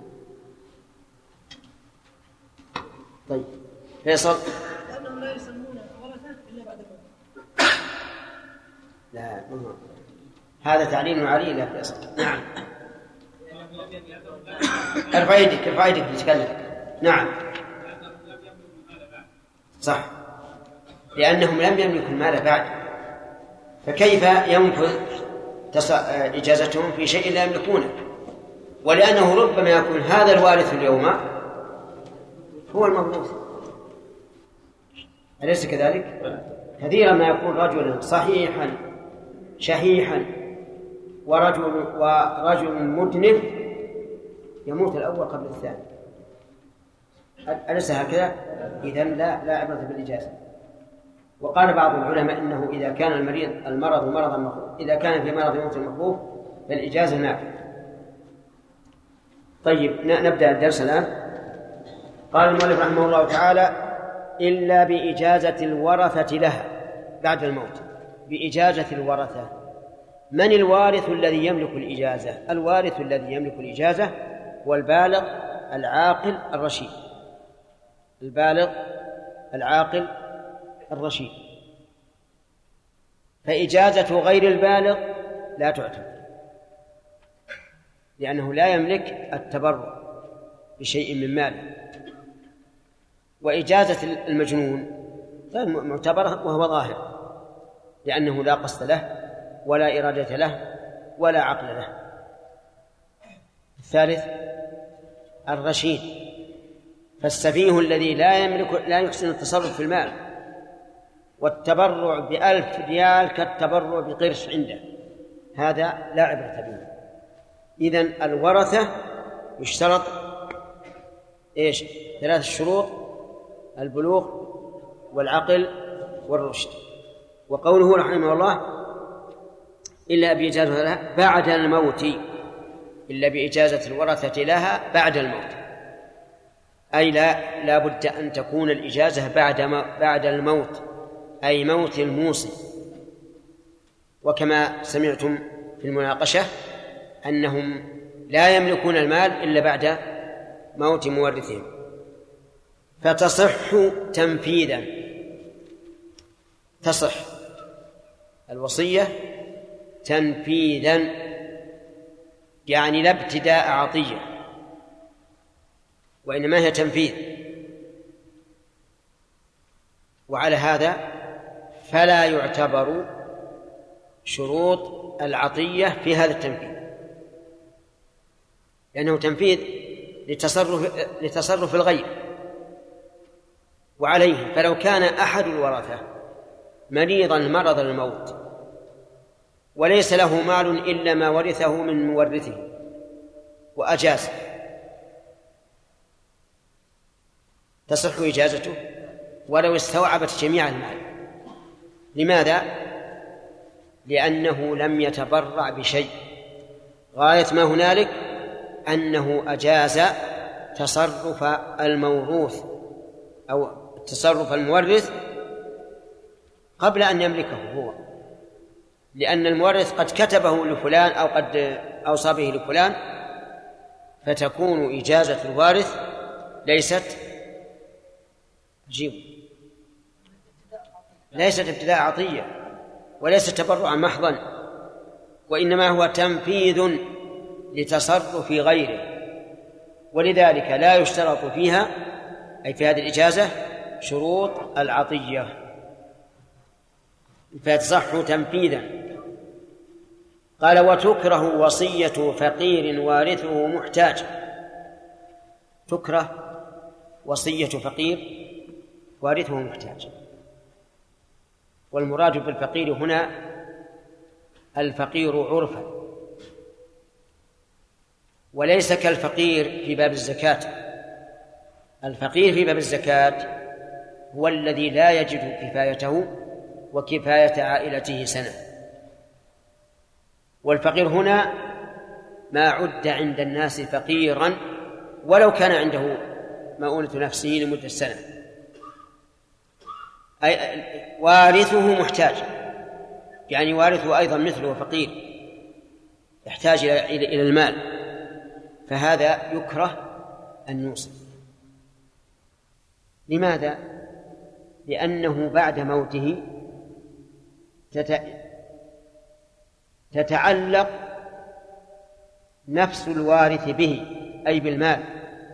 طيب فيصل. لأنهم لا يسمون ورثة إلا بعد الموت. لا، هذا تعليل علي. لا فيصل. نعم. ارفع يدك تتكلم. نعم صح، لأنهم لم يملكوا المال بعد، فكيف ينفذ إجازتهم في شيء لا يملكونه؟ ولأنه ربما يكون هذا الوارث اليوم هو الموروث، أليس كذلك؟ كثيرا ما يكون رجلا صحيحا شحيحا ورجل مدنف يموت الأول قبل الثاني، أليس هكذا؟ إذن لا عبرة بالإجازة. وقال بعض العلماء إنه إذا كان المرض مرضا مخوف، إذا كان في مرض موت مخوف فالإجازة نافذة. طيب نبدأ الدرس الآن. قال المؤلف رحمه الله تعالى: إلا بإجازة الورثة لها بعد الموت. بإجازة الورثة. من الوارث الذي يملك الإجازة؟ الوارث الذي يملك الإجازة والبالغ العاقل الرشيد. البالغ العاقل الرشيد. فإجازة غير البالغ لا تعتبر، لأنه لا يملك التبرع بشيء من ماله. وإجازة المجنون غير معتبرة وهو ظاهر، لأنه لا قصد له ولا إرادة له ولا عقل له. الثالث الرشيد، فالسفيه الذي لا يحسن التصرف في المال، والتبرع ب1000 ريال كالتبرع بقرش عنده، هذا لا عبرة به. إذن الورثة يشترط إيش؟ 3 شروط: البلوغ والعقل والرشد. وقوله رحمه الله: إلا بإجازة لها بعد الموت، إلا بإجازة الورثة لها بعد الموت، أي لا بد أن تكون الإجازة بعد الموت، أي موت الموصي. وكما سمعتم في المناقشة أنهم لا يملكون المال إلا بعد موت مورثهم، فتصح تنفيذا. تصح الوصية تنفيذا، يعني لا ابتداء عطية، وإنما هي تنفيذ. وعلى هذا فلا يعتبر شروط العطية في هذا التنفيذ، لأنه تنفيذ لتصرف الغير. وعليه فلو كان أحد الورثة مريضا مرض الموت وليس له مال إلا ما ورثه من مورثه وأجاز، تصح إجازته ولو استوعبت جميع المال. لماذا؟ لأنه لم يتبرع بشيء، غاية ما هنالك أنه أجاز تصرف الموروث أو تصرف المورث قبل أن يملكه هو، لأن المورث قد كتبه لفلان أو قد أوصى به لفلان، فتكون إجازة الوارث ليست جيب. ليست ابتداء عطية وليس تبرعا محضا، وإنما هو تنفيذ لتصرف غيره، ولذلك لا يشترط فيها أي في هذه الإجازة شروط العطية فتصح تنفيذا. قال وتكره وصية فقير وارثه محتاج. تكره وصية فقير وارثه محتاج، والمراد بالفقير هنا الفقير عرفا، وليس كالفقير في باب الزكاة. الفقير في باب الزكاة هو الذي لا يجد كفايته وكفاية عائلته سنة، والفقير هنا ما عد عند الناس فقيرا ولو كان عنده مؤونة نفسه لمدة سنة. أي وارثه محتاج، يعني وارثه أيضا مثله فقير يحتاج إلى المال، فهذا يكره أن يوصي. لماذا؟ لأنه بعد موته تتعلق نفس الوارث به أي بالمال،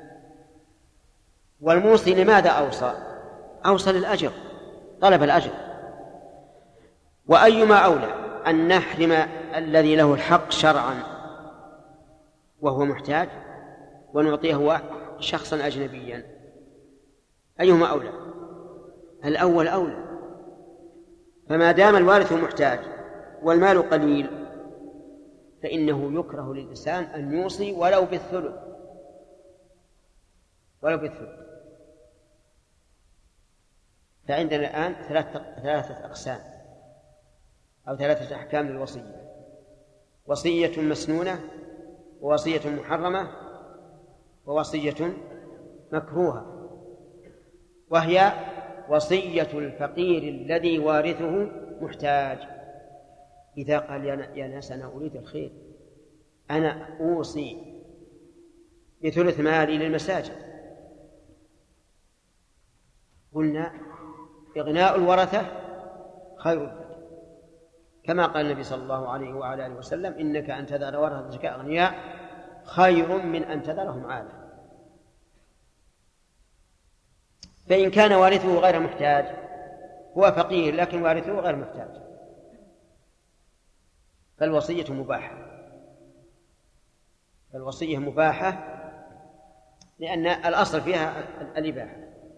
والموصي لماذا أوصى؟ أوصى للأجر، طلب الأجر. وأيما أولى أن نحرم الذي له الحق شرعا وهو محتاج ونعطيه شخصا أجنبيا؟ أيهما أولى؟ الأول أولى. فما دام الوارث محتاج والمال قليل فإنه يكره للإنسان أن يوصي ولو بالثلث، ولو بالثلث. فعندنا الآن ثلاثة أقسام أو ثلاثة أحكام للوصية: وصية مسنونة، ووصية محرمة، ووصية مكروهة. وهي وصية الفقير الذي وارثه محتاج، إذا قال يا ناس أنا أريد الخير، أنا أوصي بثلث مالي للمساجد، قلنا إغناء الورثة خير لك، كما قال النبي صلى الله عليه وعلى آله وسلم: إنك أن تذر ورثتك أغنياء خير من أن تذرهم عالة. فإن كان وارثه غير محتاج، هو فقير لكن وارثه غير محتاج، فالوصية مباحة. فالوصية مباحة لأن الأصل فيها الإباحة،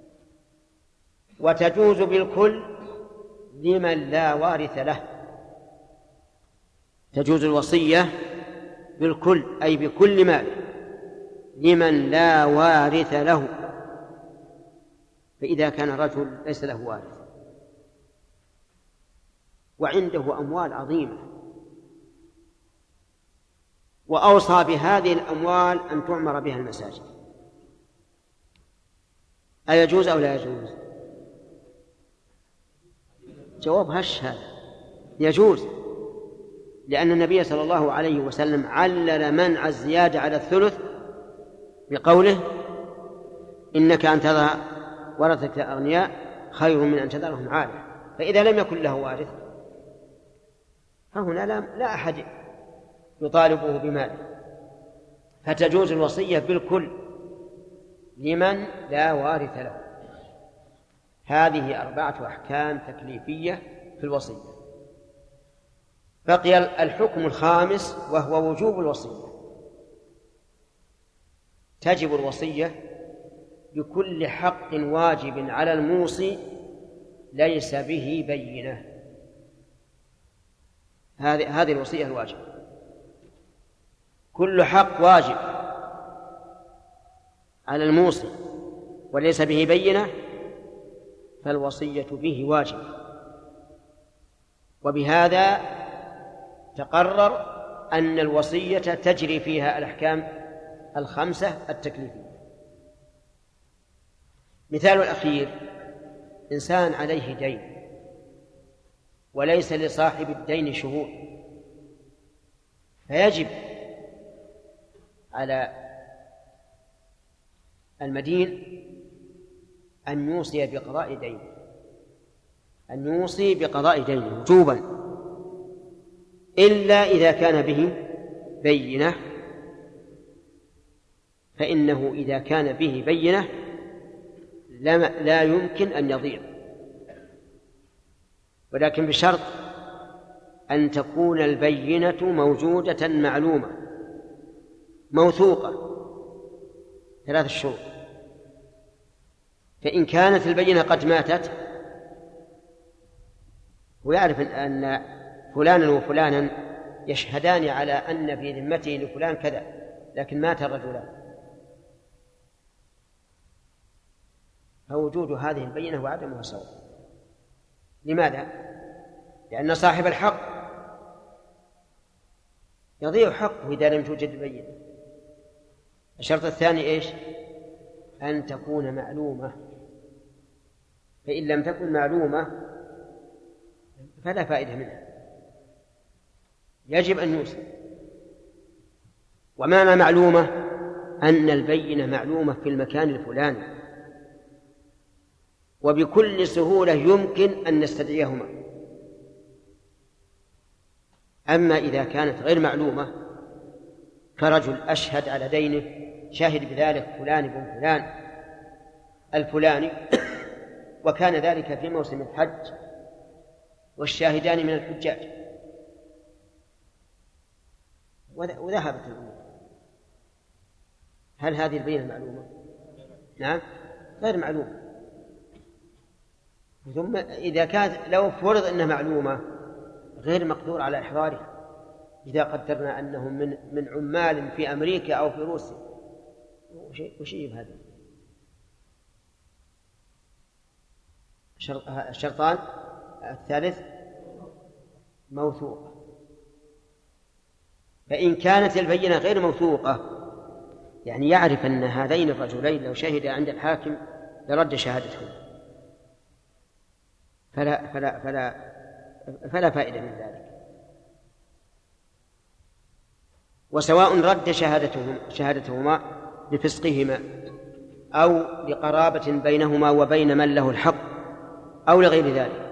وتجوز بالكل لمن لا وارث له. تجوز الوصية بالكل أي بكل مال لمن لا وارث له. فإذا كان رجل ليس له وارث وعنده أموال عظيمة وأوصى بهذه الأموال أن تعمر بها المساجد، أيجوز أو لا يجوز؟ جواب هش هذا: يجوز، لأن النبي صلى الله عليه وسلم علل منع الزيادة على الثلث بقوله: إنك أن تذر ورثتك أغنياء خير من أن تذرهم عالة. فإذا لم يكن له وارث فهنا لا أحد يطالبه بماله، فتجوز الوصية بالكل لمن لا وارث له. هذه 4 أحكام تكليفية في الوصية. بقي الحكم الخامس وهو وجوب الوصية. تجب الوصية بكل حق واجب على الموصي ليس به بينة. هذه الوصية الواجب، كل حق واجب على الموصي وليس به بينة فالوصية به واجب. وبهذا تقرر أن الوصية تجري فيها الأحكام 5 التكليفية. مثال الأخير: إنسان عليه دين وليس لصاحب الدين شهود، فيجب على المدين أن يوصي بقضاء دينه، أن يوصي بقضاء دينه وجوبا، إلا إذا كان به بينة، فإنه إذا كان به بينة لا يمكن أن يضيع، ولكن بشرط أن تكون البينة موجودة معلومة موثوقة، 3 شروط. فإن كانت البينة قد ماتت ويعرف أن فلانا وفلانا يشهدان على أن في ذمته لفلان كذا، لكن مات الرجلان، فوجود هذه البينة وعدمها سواء. لماذا؟ لأن صاحب الحق يضيع حقه إذا لم توجد البينة. الشرط الثاني إيش؟ أن تكون معلومة، فإن لم تكن معلومة فلا فائدة منها، يجب أن يوصل. ومعنى معلومة أن البينة معلومة في المكان الفلاني وبكل سهولة يمكن أن نستدعيهما. أما إذا كانت غير معلومة كرجل أشهد على دينه، شاهد بذلك فلان بن فلان الفلاني، وكان ذلك في موسم الحج والشاهدان من الحجاج، وذهبت الأمور، هل هذه البينة معلومة؟ نعم، غير معلومة. ثم إذا كانت لو فرض أنها معلومة غير مقدور على إحضارها، إذا قدرنا أنهم من عمال في أمريكا أو في روسيا، وش هذا؟ الشرطان الثالث موثوقة. فإن كانت البينة غير موثوقة، يعني يعرف أن هذين الرجلين لو شهد عند الحاكم لرد شهادتهم، فلا فائدة من ذلك. وسواء رد شهادتهما لفسقهما أو لقرابة بينهما وبين من له الحق أو لغير ذلك.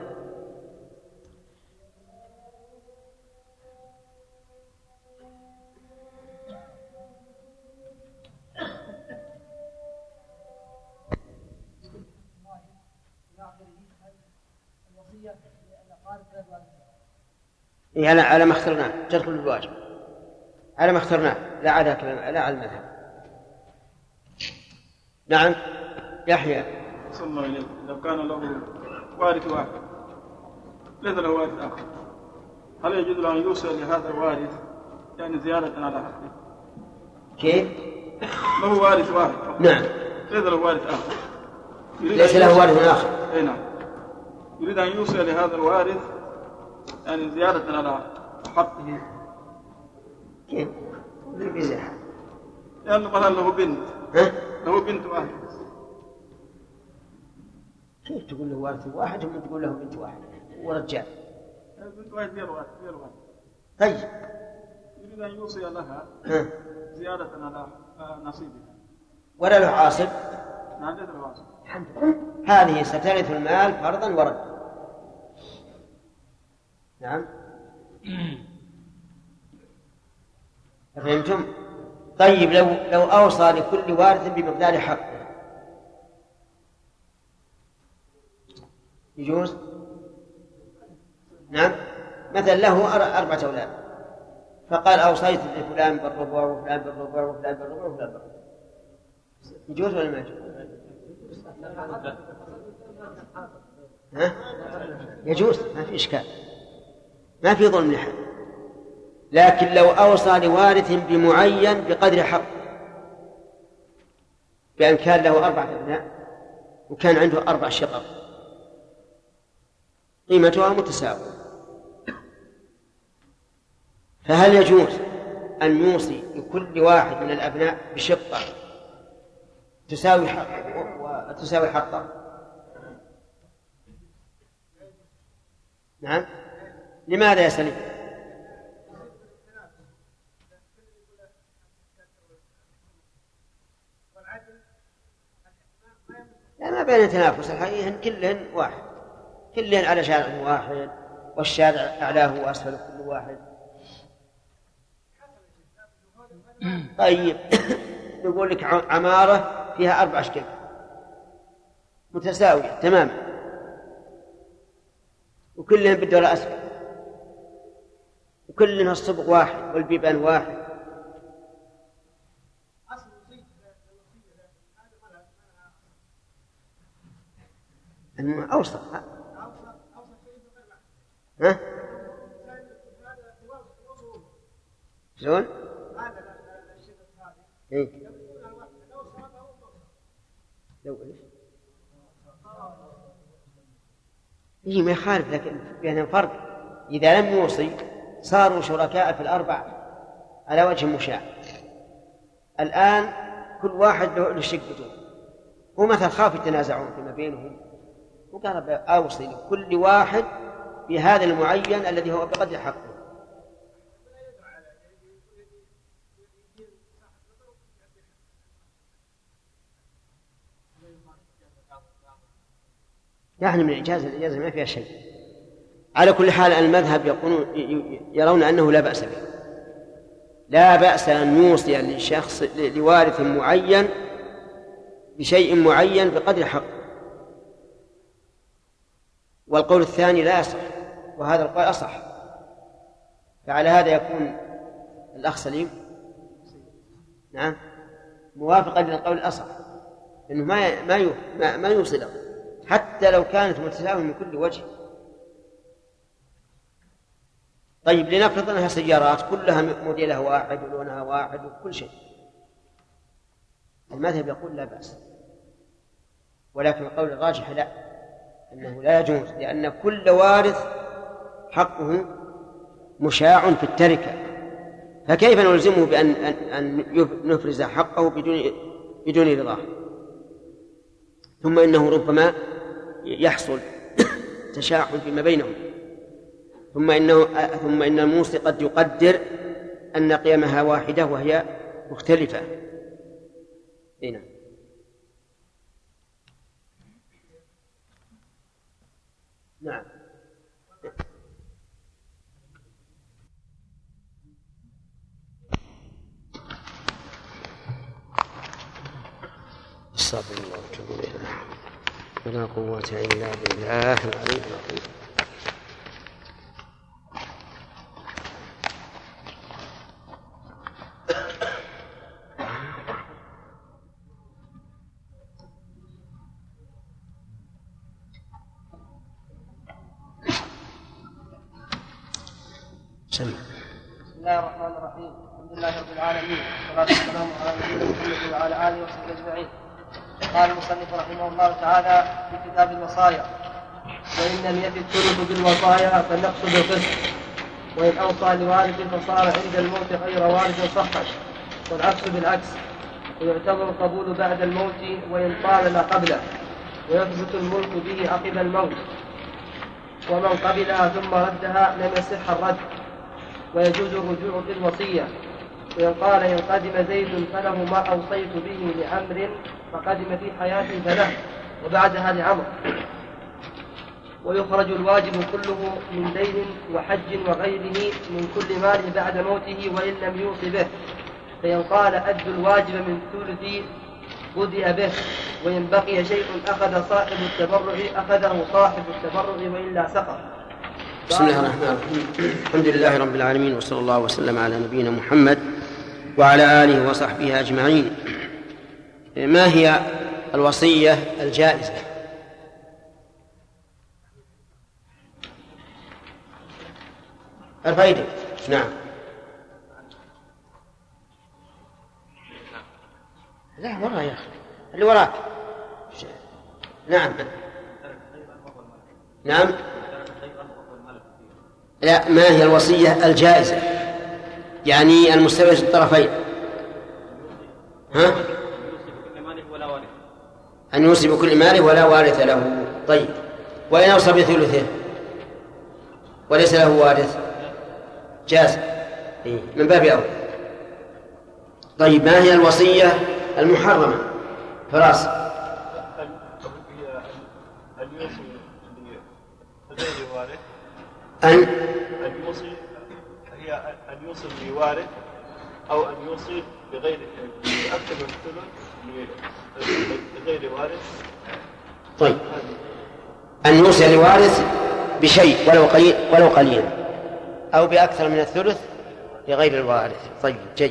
على ما اخترناه تدخل الواجب، على ما اخترناه، لا على المذهب. نعم يحيى. صلى الله عليه وسلم. لو كان له وارث واحد ليس له وارث آخر، هل يجوز له أن يوصل لهذا الوارث يعني زيادة على حقه؟ كيف؟ له وارث واحد. نعم. ليس له وارث آخر. ليس له وارث آخر. أي نعم. يريد أن يوصل لهذا الوارث يعني زيادة على حقه. كيف؟ لأنه مثلا له بنت. له بنت واحدة. كيف تقول له وارث واحد ومن تقول له بنت واحد ورجال؟ بنت واحد غير واحد. طيب. يريد أن يوصي لها زيادة على نصيبها. ولا له عاصب؟ نعم ليس له عاصب. الحمد لله. هذه سترث المال فرضا وردا. نعم. فهمتم؟ طيب لو أوصى لكل وارث بمقدار حقه يجوز؟ نعم. مثلا له 4 أولاد، فقال أوصيت لفلان بالربع وفلان بالربع وفلان بالربع وفلان بالربع، يجوز ولا ما يجوز؟ يجوز، ما في إشكال، ما في ظلم لحد. لكن لو أوصى لوارث بمعين بقدر حق، بأن كان له 4 أبناء وكان عنده 4 شقق قيمتها متساوية، فهل يجوز أن يوصي لكل واحد من الأبناء بشقة تساوي حقه؟ نعم. لماذا يا سليم؟ لا، ما بين تنافس الحقيقة كلهن واحد، كلهن على شارع واحد، والشارع أعلاه وأسفله كل واحد. طيب نقول لك عمارة فيها 4 أشكال متساوية تماما وكلهن بالدور الأسفل وكلهن الصبغ واحد والبيبان واحد. أوسط ها؟ شلون؟ إيه؟ لو إيش؟ إيه ما يخالف، لكن بينهم فرق. إذا لم يوصي صاروا شركاء في ال4 على وجه مشاع. الآن كل واحد له شقته، هو مثل خاف يتنازعون فيما بينهم وقال أوصي لكل واحد بهذا المعين الذي هو بقدر حقه. يعني من الإجازة ما فيها شيء. على كل حال المذهب يرون أنه لا بأس به، لا بأس أن يوصي لشخص لوارث معين بشيء معين بقدر حقه. والقول الثاني لا يصح وهذا القول أصح، فعلى هذا يكون الأخ سليم نعم موافقا للقول الأصح إنه ما يوصل حتى لو كانت متساوية من كل وجه. طيب لنفرض أنها سيارات كلها موديلها واحد ولونها واحد وكل شيء، المذهب يقول لا بأس، ولكن القول الراجح لا، أنه لا يجوز، لأن كل وارث حقه مشاع في التركة، فكيف نلزمه بأن نفرز حقه بدون رضاه؟ ثم إنه ربما يحصل تشاحن فيما بينهم، ثم إن الموصي قد يقدر أن قيمها واحدة وهي مختلفة. هنا نعم استغفر الله واتوب اليه، ولا قوة إلا بالله العلي العظيم. بسم الله الرحمن الرحيم. الحمد لله رب العالمين، والصلاة والسلام على نبينا محمد وعلى آله وصحبه أجمعين. قال المصنف رحمه الله تعالى في كتاب الوصايا: وإن لم يفد الثلث بالوصايا فالنقص بالقسط، وإن أوصى لوارث فصار عند الموت غير وارث صحا، والعكس بالعكس، ويعتبر القبول بعد الموت وإن طال لا قبله، ويثبت الملك به عقب الموت، ومن قبلها ثم ردها لم يصح الرد، ويجوز الرجوع في الوصية. وإن قال إن قدم زيد فله ما أوصيت به لعمر فقدم في حياتي فله وبعدها لعمر. ويخرج الواجب كله من دين وحج وغيره من كل مال بعد موته وإن لم يوص به، فإن قال أد الواجب من ثلث بدأ به، وإن بقي شيء أخذ صاحب التبرع أخذه صاحب التبرع وإلا سقط. بسم الله الرحمن الرحيم. الحمد لله رب العالمين، وصلى الله وسلم على نبينا محمد وعلى آله وصحبه أجمعين. ما هي الوصية الجائزة؟ الفائدة نعم. لا والله يا أخي اللي وراك نعم نعم. لا، ما هي الوصية الجائزة؟ يعني المستوية الطرفين. ها؟ أن يوصي بكل ماله ولا وارث له. طيب، وإن أوصى بثلثه وليس له وارث جاز من باب أول. طيب، ما هي الوصية المحرمة؟ فراس. يوصي بغير وارث أن يوصي هي أن يوصي لوارث أو أن يوصي بغير أكثر من الثلث لغير وارث. طيب أن يوصي لوارث بشيء ولو قليلا أو بأكثر من الثلث لغير الوارث. طيب جيد.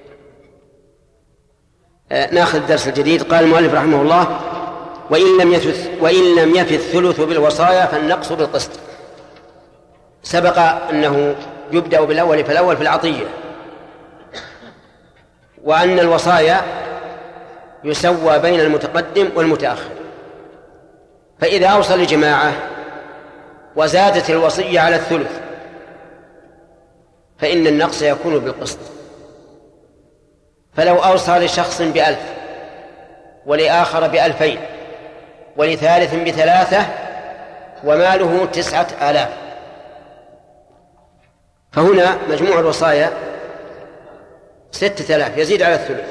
ناخذ الدرس الجديد. قال المؤلف رحمه الله: وإن لم يفي الثلث بالوصايا فالنقص بالقسط. سبق أنه يبدأ بالأول فالأول في العطية، وأن الوصايا يسوى بين المتقدم والمتأخر. فإذا أوصى لجماعة وزادت الوصية على الثلث فإن النقص يكون بالقسط. فلو أوصى لشخص ب1000 ولآخر ب2000 ولثالث ب3 وماله 9000، فهنا مجموع الوصايا 6000 يزيد على الثلث.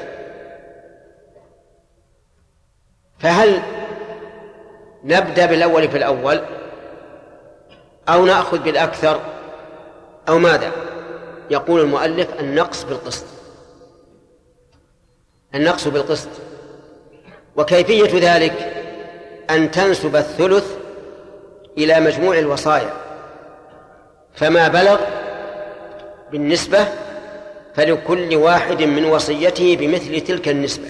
فهل نبدأ بالأول في الأول أو نأخذ بالأكثر أو ماذا؟ يقول المؤلف: النقص بالقسط. النقص بالقسط. وكيفية ذلك أن تنسب الثلث إلى مجموع الوصايا، فما بلغ بالنسبة فلكل واحد من وصيته بمثل تلك النسبة.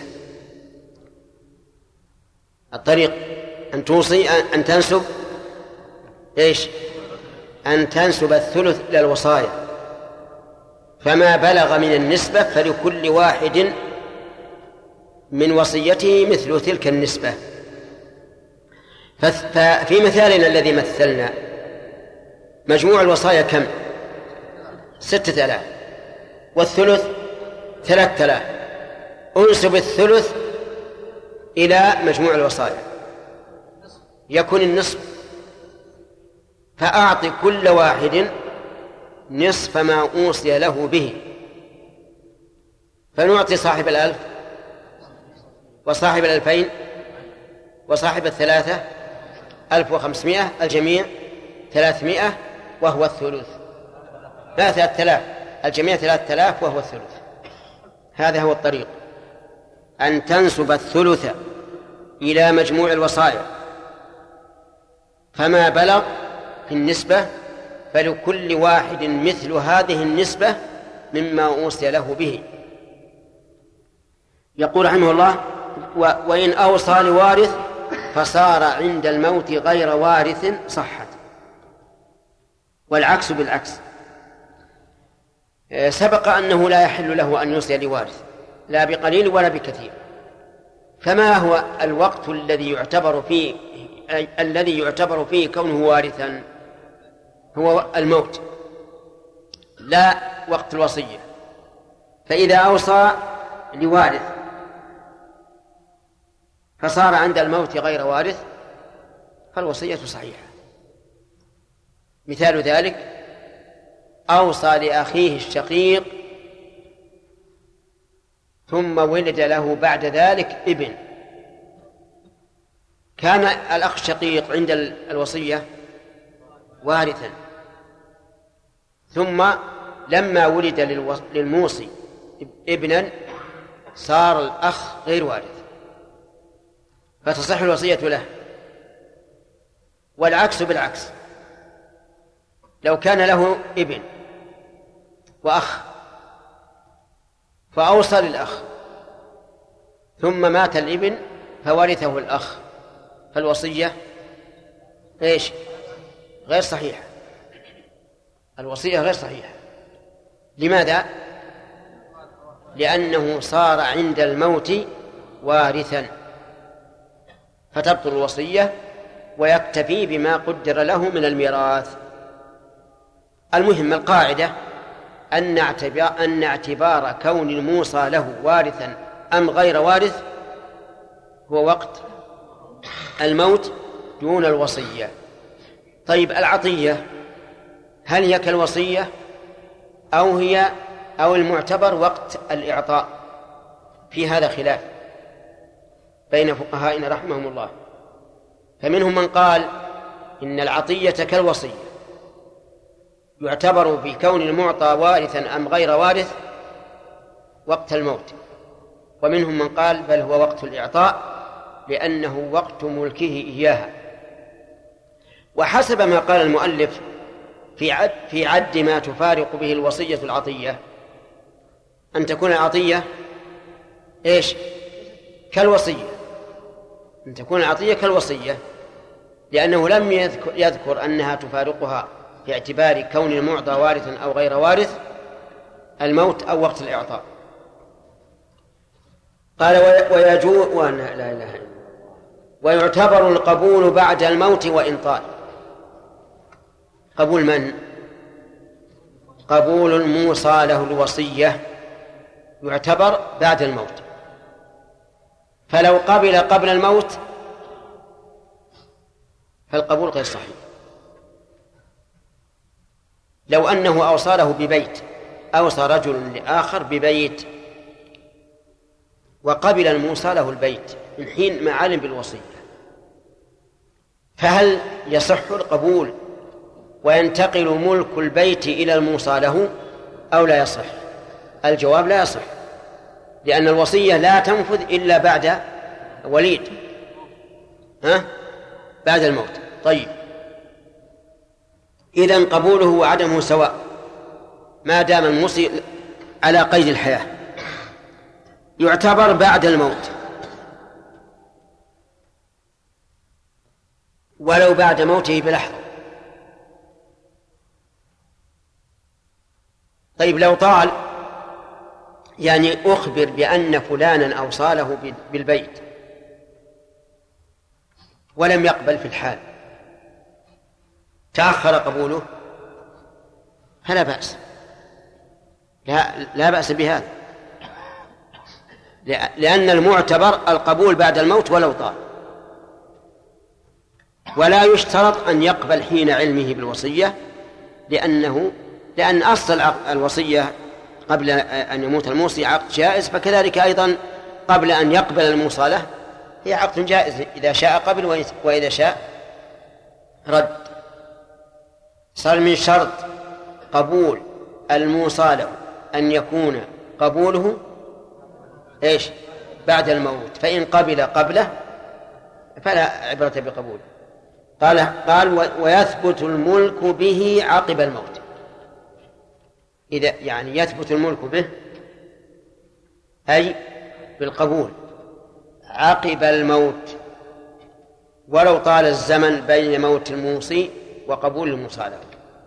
الطريق أن توصي أن تنسب إيش؟ أن تنسب الثلث إلى الوصايا، فما بلغ من النسبة فلكل واحد من وصيته مثل تلك النسبة. ففي مثالنا الذي مثلنا مجموع الوصايا كم؟ 6000 والثلث 3000. أنسب الثلث إلى مجموع الوصايا يكون النصف، فأعطي كل واحد نصف ما أوصي له به. فنعطي صاحب 1000 وصاحب 2000 وصاحب 3 1500، الجميع 300 وهو الثلث. لا 3000، الجميع 3000 وهو الثلث. هذا هو الطريق، أن تنسب الثلث إلى مجموع الوصايا، فما بلغ في النسبة فلكل واحد مثل هذه النسبة مما أوصي له به. يقول رحمه الله: وإن أوصى لوارث فصار عند الموت غير وارث صحت. والعكس بالعكس. سبق أنه لا يحل له أن يوصي لوارث لا بقليل ولا بكثير. فما هو الوقت الذي يعتبر فيه كونه وارثا؟ هو الموت لا وقت الوصية. فإذا أوصى لوارث فصار عند الموت غير وارث فالوصية صحيحة. مثال ذلك: أوصى لأخيه الشقيق ثم ولد له بعد ذلك ابن. كان الأخ الشقيق عند الوصية وارثا، ثم لما ولد للموصي ابنا صار الأخ غير وارث فتصح الوصية له. والعكس بالعكس: لو كان له ابن وأخ فأوصى للأخ ثم مات الابن فورثه الأخ فالوصية إيش؟ غير صحيحة. الوصية غير صحيحة. لماذا؟ لأنه صار عند الموت وارثا فتبطل الوصية ويكتفي بما قدر له من الميراث. المهم القاعدة أن اعتبار كون الموصى له وارثا أم غير وارث هو وقت الموت دون الوصية. طيب العطية هل هي كالوصية أو المعتبر وقت الإعطاء؟ في هذا خلاف بين فقهائنا رحمهم الله. فمنهم من قال إن العطية كالوصية، يعتبر في كون المعطى وارثا أم غير وارث وقت الموت، ومنهم من قال بل هو وقت الإعطاء لأنه وقت ملكه إياها. وحسب ما قال المؤلف في عد ما تفارق به الوصية العطية أن تكون العطية إيش؟ كالوصية، أن تكون العطية كالوصية، لأنه لم يذكر أنها تفارقها في اعتبار كون المعطى وارثا أو غير وارث الموت أو وقت الإعطاء. قال ويعتبر القبول بعد الموت وإن طال. قبول من؟ قبول الموصى له الوصية يعتبر بعد الموت، فلو قبل قبل الموت فالقبول غير صحيح. لو أنه أوصى له ببيت، أوصى رجل لآخر ببيت وقبل الموصى له البيت من حين ما علم بالوصية، فهل يصح القبول وينتقل ملك البيت إلى الموصى له أو لا يصح؟ الجواب لا يصح، لأن الوصية لا تنفذ إلا بعد وليد، بعد الموت. طيب، إذن قبوله وعدمه سواء ما دام الموصي على قيد الحياة، يعتبر بعد الموت ولو بعد موته بلحظة. طيب، لو طال يعني أخبر بأن فلانا أوصى له بالبيت ولم يقبل في الحال، تأخر قبوله، فلا بأس، لا بأس بهذا، لأن المعتبر القبول بعد الموت ولو طال. ولا يشترط أن يقبل حين علمه بالوصية، لأن أصل الوصية قبل أن يموت الموصي عقد جائز، فكذلك أيضا قبل أن يقبل الموصى له هي عقد جائز، إذا شاء قبل وإذا شاء رد. صار من شرط قبول الموصى له أن يكون قبوله إيش؟ بعد الموت، فإن قبل قبله فلا عبرة بقبوله. قال ويثبت الملك به عقب الموت، إذا يعني يثبت الملك به أي بالقبول عقب الموت، ولو طال الزمن بين موت الموصي وقبول الموصى له.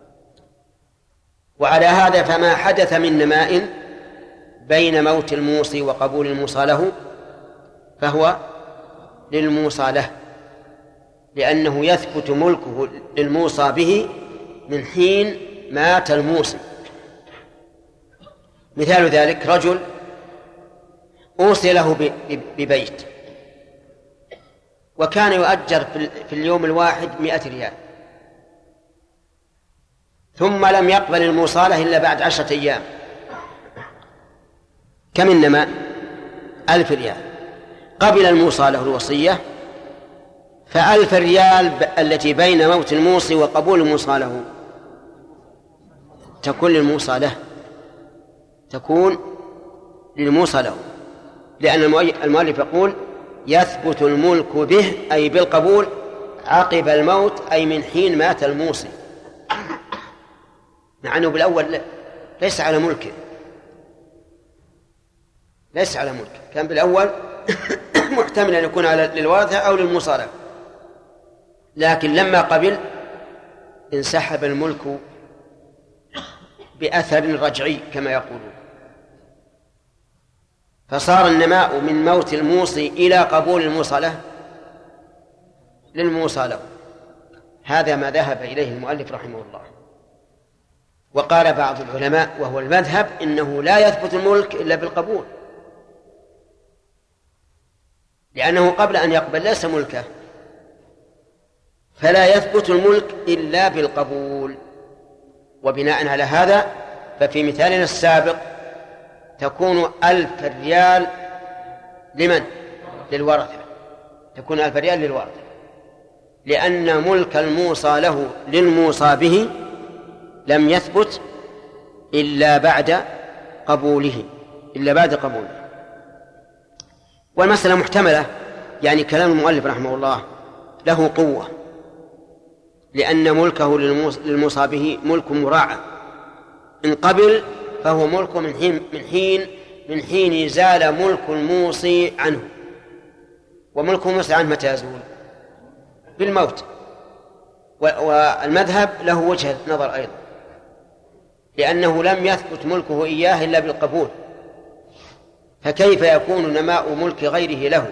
وعلى هذا فما حدث من نماء بين موت الموصي وقبول الموصى له فهو للموصى له، لأنه يثبت ملكه للموصى به من حين مات الموصي. مثال ذلك رجل أوصي له ببيت وكان يؤجر في اليوم الواحد 100 ريال، ثم لم يقبل الموصى له إلا بعد 10 أيام، كم النماء؟ 1000 ريال. قبل الموصى له الوصية، ف1000 ريال التي بين موت الموصي وقبول الموصى له تكون للموصى له، تكون للموصى له، لأن المؤلف يقول يثبت الملك به أي بالقبول عقب الموت، أي من حين مات الموصي، مع أنه بالأول ليس على ملكه، ليس على ملكه، كان بالأول محتمل أن يكون للورثة أو للموصى له، لكن لما قبل انسحب الملك بأثر رجعي كما يقولون، فصار النماء من موت الموصي إلى قبول الموصى له للموصى له. هذا ما ذهب إليه المؤلف رحمه الله. وقال بعض العلماء وهو المذهب إنه لا يثبت الملك إلا بالقبول، لأنه قبل أن يقبل ليس ملكه، فلا يثبت الملك إلا بالقبول. وبناء على هذا ففي مثالنا السابق تكون 1000 ريال لمن؟ للورثة، تكون 1000 ريال للورثة. لأن ملك الموصى له للموصى به لم يثبت إلا بعد قبوله. والمسألة محتملة، يعني كلام المؤلف رحمه الله له قوة، لأن ملكه للموصى به ملك مراعى، إن قبل فهو ملك من حين زال ملك الموصي عنه. وملك الموصي عنه متى يزول؟ بالموت. والمذهب له وجه نظر أيضا، لأنه لم يثبت ملكه إياه إلا بالقبول، فكيف يكون نماء ملك غيره له؟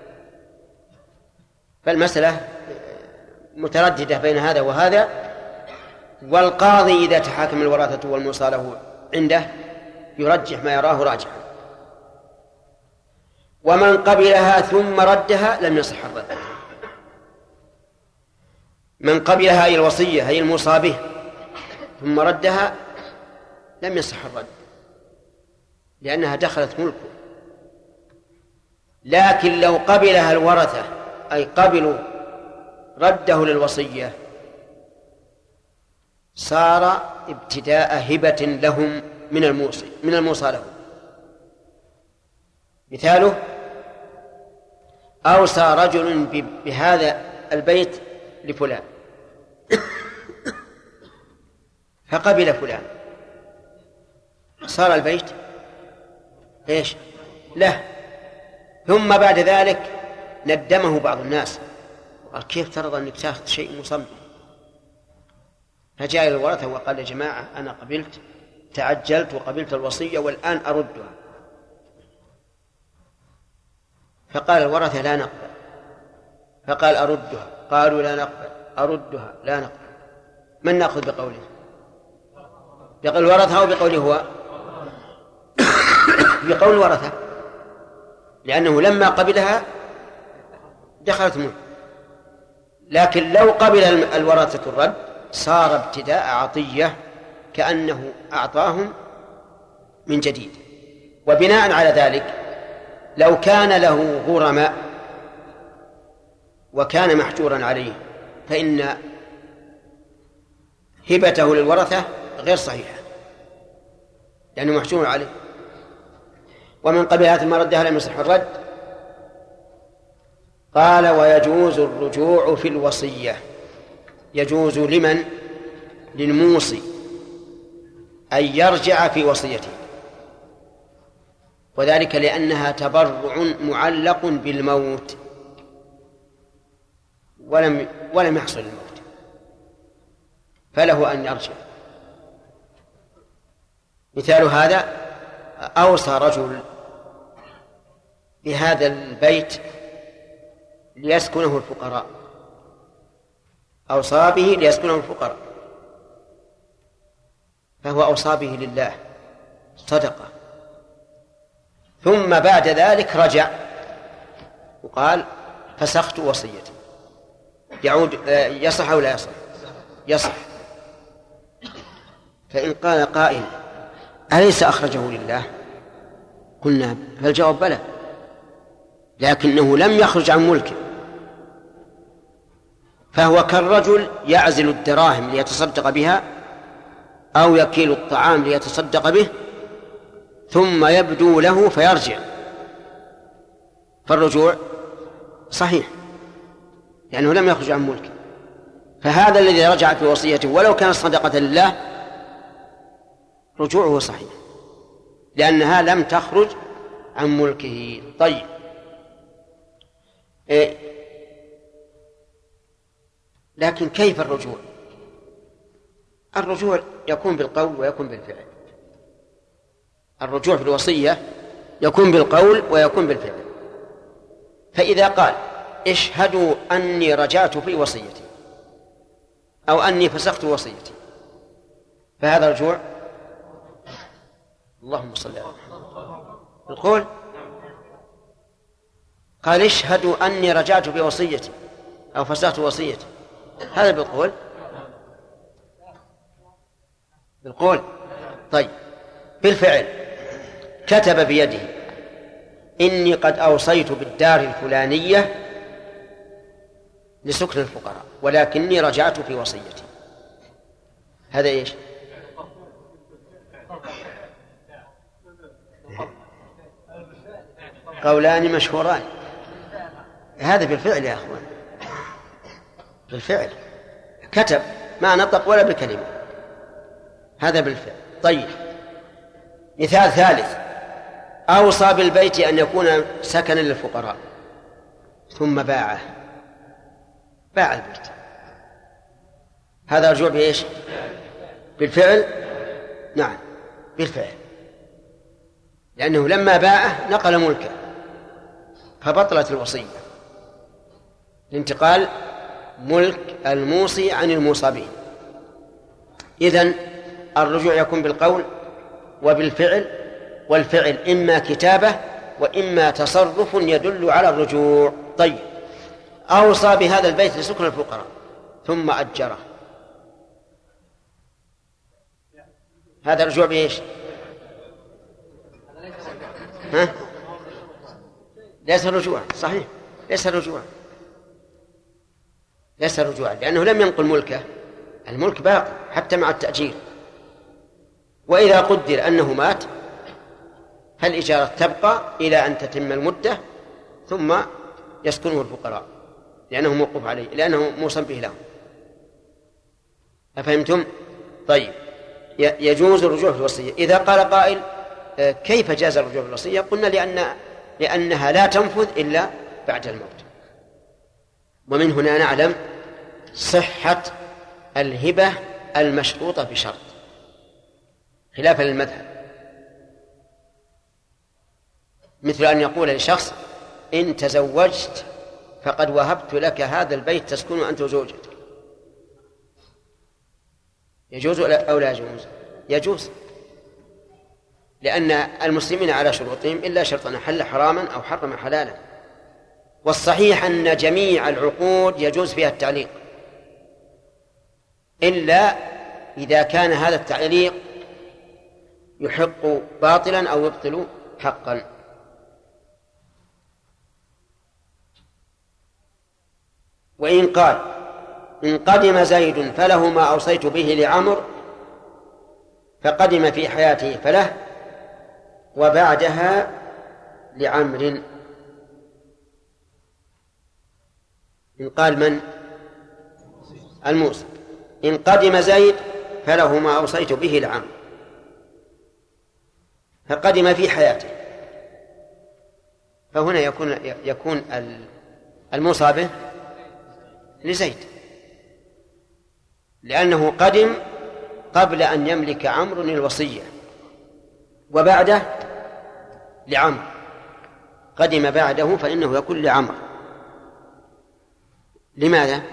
فالمسألة مترددة بين هذا وهذا، والقاضي إذا تحاكم الورثة والموصى له عنده يرجح ما يراه راجحا. ومن قبلها ثم ردها لم يصح الرد. من قبلها أي الوصية أي الموصى به ثم ردها لم يصح الرد، لأنها دخلت ملكه. لكن لو قبلها الورثة أي قبلوا رده للوصية صار ابتداء هبة لهم من الموصى له. مثاله: أوصى رجل بهذا البيت لفلان فقبل فلان، صار البيت إيش؟ له. ثم بعد ذلك ندمه بعض الناس وقال: كيف ترضى أنك تأخذ شيء مصمم؟ فجاء إلى الورثة وقال: يا جماعة أنا قبلت، تعجلت وقبلت الوصية والآن أردها. فقال الورثة: لا نقبل. فقال: أردها. قالوا: لا نقبل. أردها. لا نقبل. من نأخذ بقوله؟ بقول الورثة أو بقوله هو؟ بقول الورثة، لأنه لما قبلها دخلت منه. لكن لو قبل الورثة الرد صار ابتداء عطية كأنه أعطاهم من جديد. وبناء على ذلك لو كان له غرماء وكان محجورا عليه فإن هبته للورثة غير صحيحة لأنه محجور عليه. ومن قبلها ثم ردها لم يصح الرد. قال: ويجوز الرجوع في الوصية. يجوز لمن؟ للموصي أن يرجع في وصيته، وذلك لأنها تبرع معلق بالموت ولم يحصل الموت، فله أن يرجع. مثال هذا: أوصى رجل بهذا البيت ليسكنه الفقراء، أوصى به ليسكنه الفقراء، فهو أوصى به لله صدقة، ثم بعد ذلك رجع وقال: فسخت وصيتي. يعود يصح أو لا يصح؟ يصح. فإن قال قائل: أليس أخرجه لله؟ قلنا: فالجواب بلى، لكنه لم يخرج عن ملكه، فهو كالرجل يعزل الدراهم ليتصدق بها أو يكيل الطعام ليتصدق به ثم يبدو له فيرجع، فالرجوع صحيح لأنه لم يخرج عن ملكه. فهذا الذي رجع في وصيته ولو كان صدقة لله رجوعه صحيح لأنها لم تخرج عن ملكه. طيب، لكن كيف الرجوع؟ الرجوع يكون بالقول ويكون بالفعل. الرجوع في الوصية يكون بالقول ويكون بالفعل. فإذا قال: اشهدوا أني رجعت في وصيتي أو أني فسخت وصيتي، فهذا رجوع. اللهم صل على محمد. القول قال: اشهدوا أني رجعت في وصيتي أو فسخت وصيتي، هذا بالقول. بالقول. طيب، بالفعل: كتب بيده: إني قد أوصيت بالدار الفلانية لسكن الفقراء، ولكني رجعت في وصيتي. هذا إيش؟ قولان مشهوران. هذا بالفعل يا أخوان، بالفعل كتب ما نطق ولا بكلمة، هذا بالفعل. طيب، مثال ثالث: أوصى بالبيت أن يكون سكنا للفقراء ثم باعه، باع البيت، هذا رجوع بإيش؟ بالفعل. نعم بالفعل، لأنه لما باعه نقل ملكه فبطلت الوصية لانتقال ملك الموصي عن الموصى به. إذن الرجوع يكون بالقول وبالفعل، والفعل إما كتابة وإما تصرف يدل على الرجوع. طيب، أوصى بهذا البيت لسكن الفقراء ثم أجره، هذا رجوع بإيش؟ ها؟ ليس رجوعا، صحيح ليس رجوعا، ليس رجوعا، لأنه لم ينقل ملكه، الملك باقي حتى مع التأجير. وإذا قدر أنه مات فالإجارة تبقى إلى أن تتم المدة ثم يسكنه الفقراء، لأنه موقوف عليه، لأنه موصى به لهم. أفهمتم؟ طيب، يجوز الرجوع في الوصية. إذا قال قائل كيف جاز الرجوع في الوصية؟ قلنا لأنها لا تنفذ إلا بعد الموت. ومن هنا نعلم صحة الهبة المشروطة بشرط، خلافا للمذهب، مثل أن يقول لشخص: إن تزوجت فقد وهبت لك هذا البيت تسكن أنت وزوجتك. يجوز أو لا يجوز؟ يجوز، لأن المسلمين على شروطهم إلا شرطا حل حراما أو حرم حلالا. والصحيح أن جميع العقود يجوز فيها التعليق، إلا إذا كان هذا التعليق يحق باطلا أو يبطل حقا. وإن قال: إن قدم زيد فله ما أوصيت به لعمر، فقدم في حياته فله وبعدها لعمر. إن قال من؟ الموصى. إن قدم زيد فله ما أوصيت به لعمر، فقدم في حياته، فهنا يكون الموصى به لزيد، لأنه قدم قبل أن يملك عمرو الوصية، وبعده لعمرو، قدم بعده فإنه يكون لعمرو. لماذا؟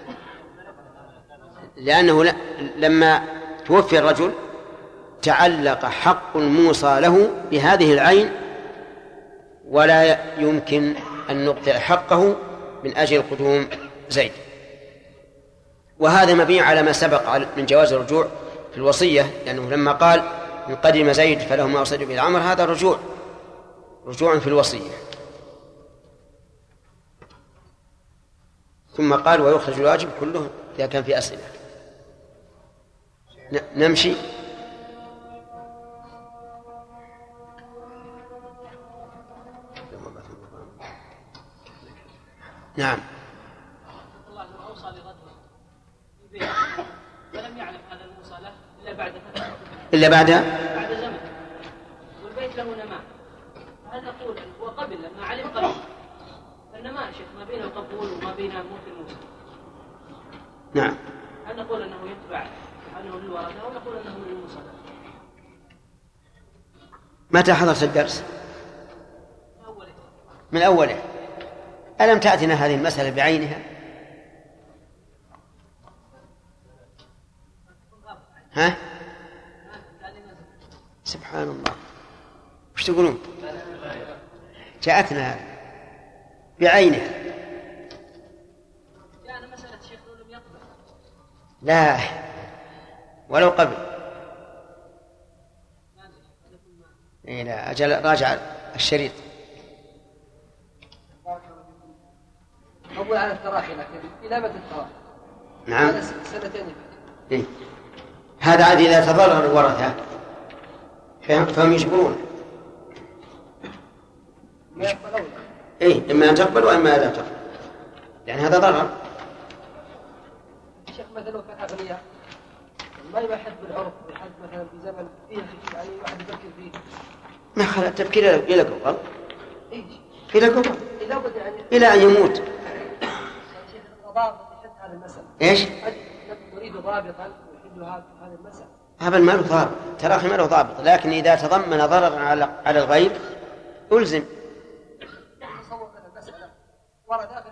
لأنه لما توفي الرجل تعلق حق الموصى له بهذه العين، ولا يمكن أن نبطل حقه من أجل قدوم زيد. وهذا مبني على ما سبق من جواز الرجوع في الوصية، لأنه لما قال: إن قدم زيد فله ما أوصيت به لعمر، هذا رجوع في الوصية. ثم قال: ويخرج الواجب كله إذا كان في أسئلة. نمشي. نعم. الله أوصى لرجل ببيت ولم يعلم هذا الموصى له إلا بعد فترة، إلا بعد زمن، والبيت له نماء، هل نقول هو قبل لما علم قبل؟ فالنماء شيخ ما بين القبول وما بين موت الموصى. نعم. هل نقول أنه يتبع أنه للورثة أو نقول أنه للموصى؟ متى حضرت الدرس؟ من أوله. ألم تأتنا هذه المسألة بعينها؟ ها؟ سبحان الله، وش تقولون؟ جاءتنا بعينها. لا، ولو قبل. إيه لا، أجل راجع الشريط. نقول على التراخي، لكن إلى متى التراخي؟ نعم. سنتين. إيه؟ هذا عاد إذا تضرر الورثة فهم يجبرون. إيه، إما أن تقبل وإما لا تقبل، يعني هذا ضرر. الشيخ مثلا في الأغنياء ما يبحث بالعرف، يبحث مثلا في زمن فيه يعني واحد يفكر فيه. ما خلى التفكير إلى قبل. إيه؟ إلى قبل. يعني إلى أن يموت. شيخ الضابط يحد هذه المسألة. إيش؟ نريد ضابطا يحد هذه المسألة. هذا ما له ضابط، تراخي ما له ضابط، لكن إذا تضمن ضررا على الغير ألزم. تصور المسألة ورد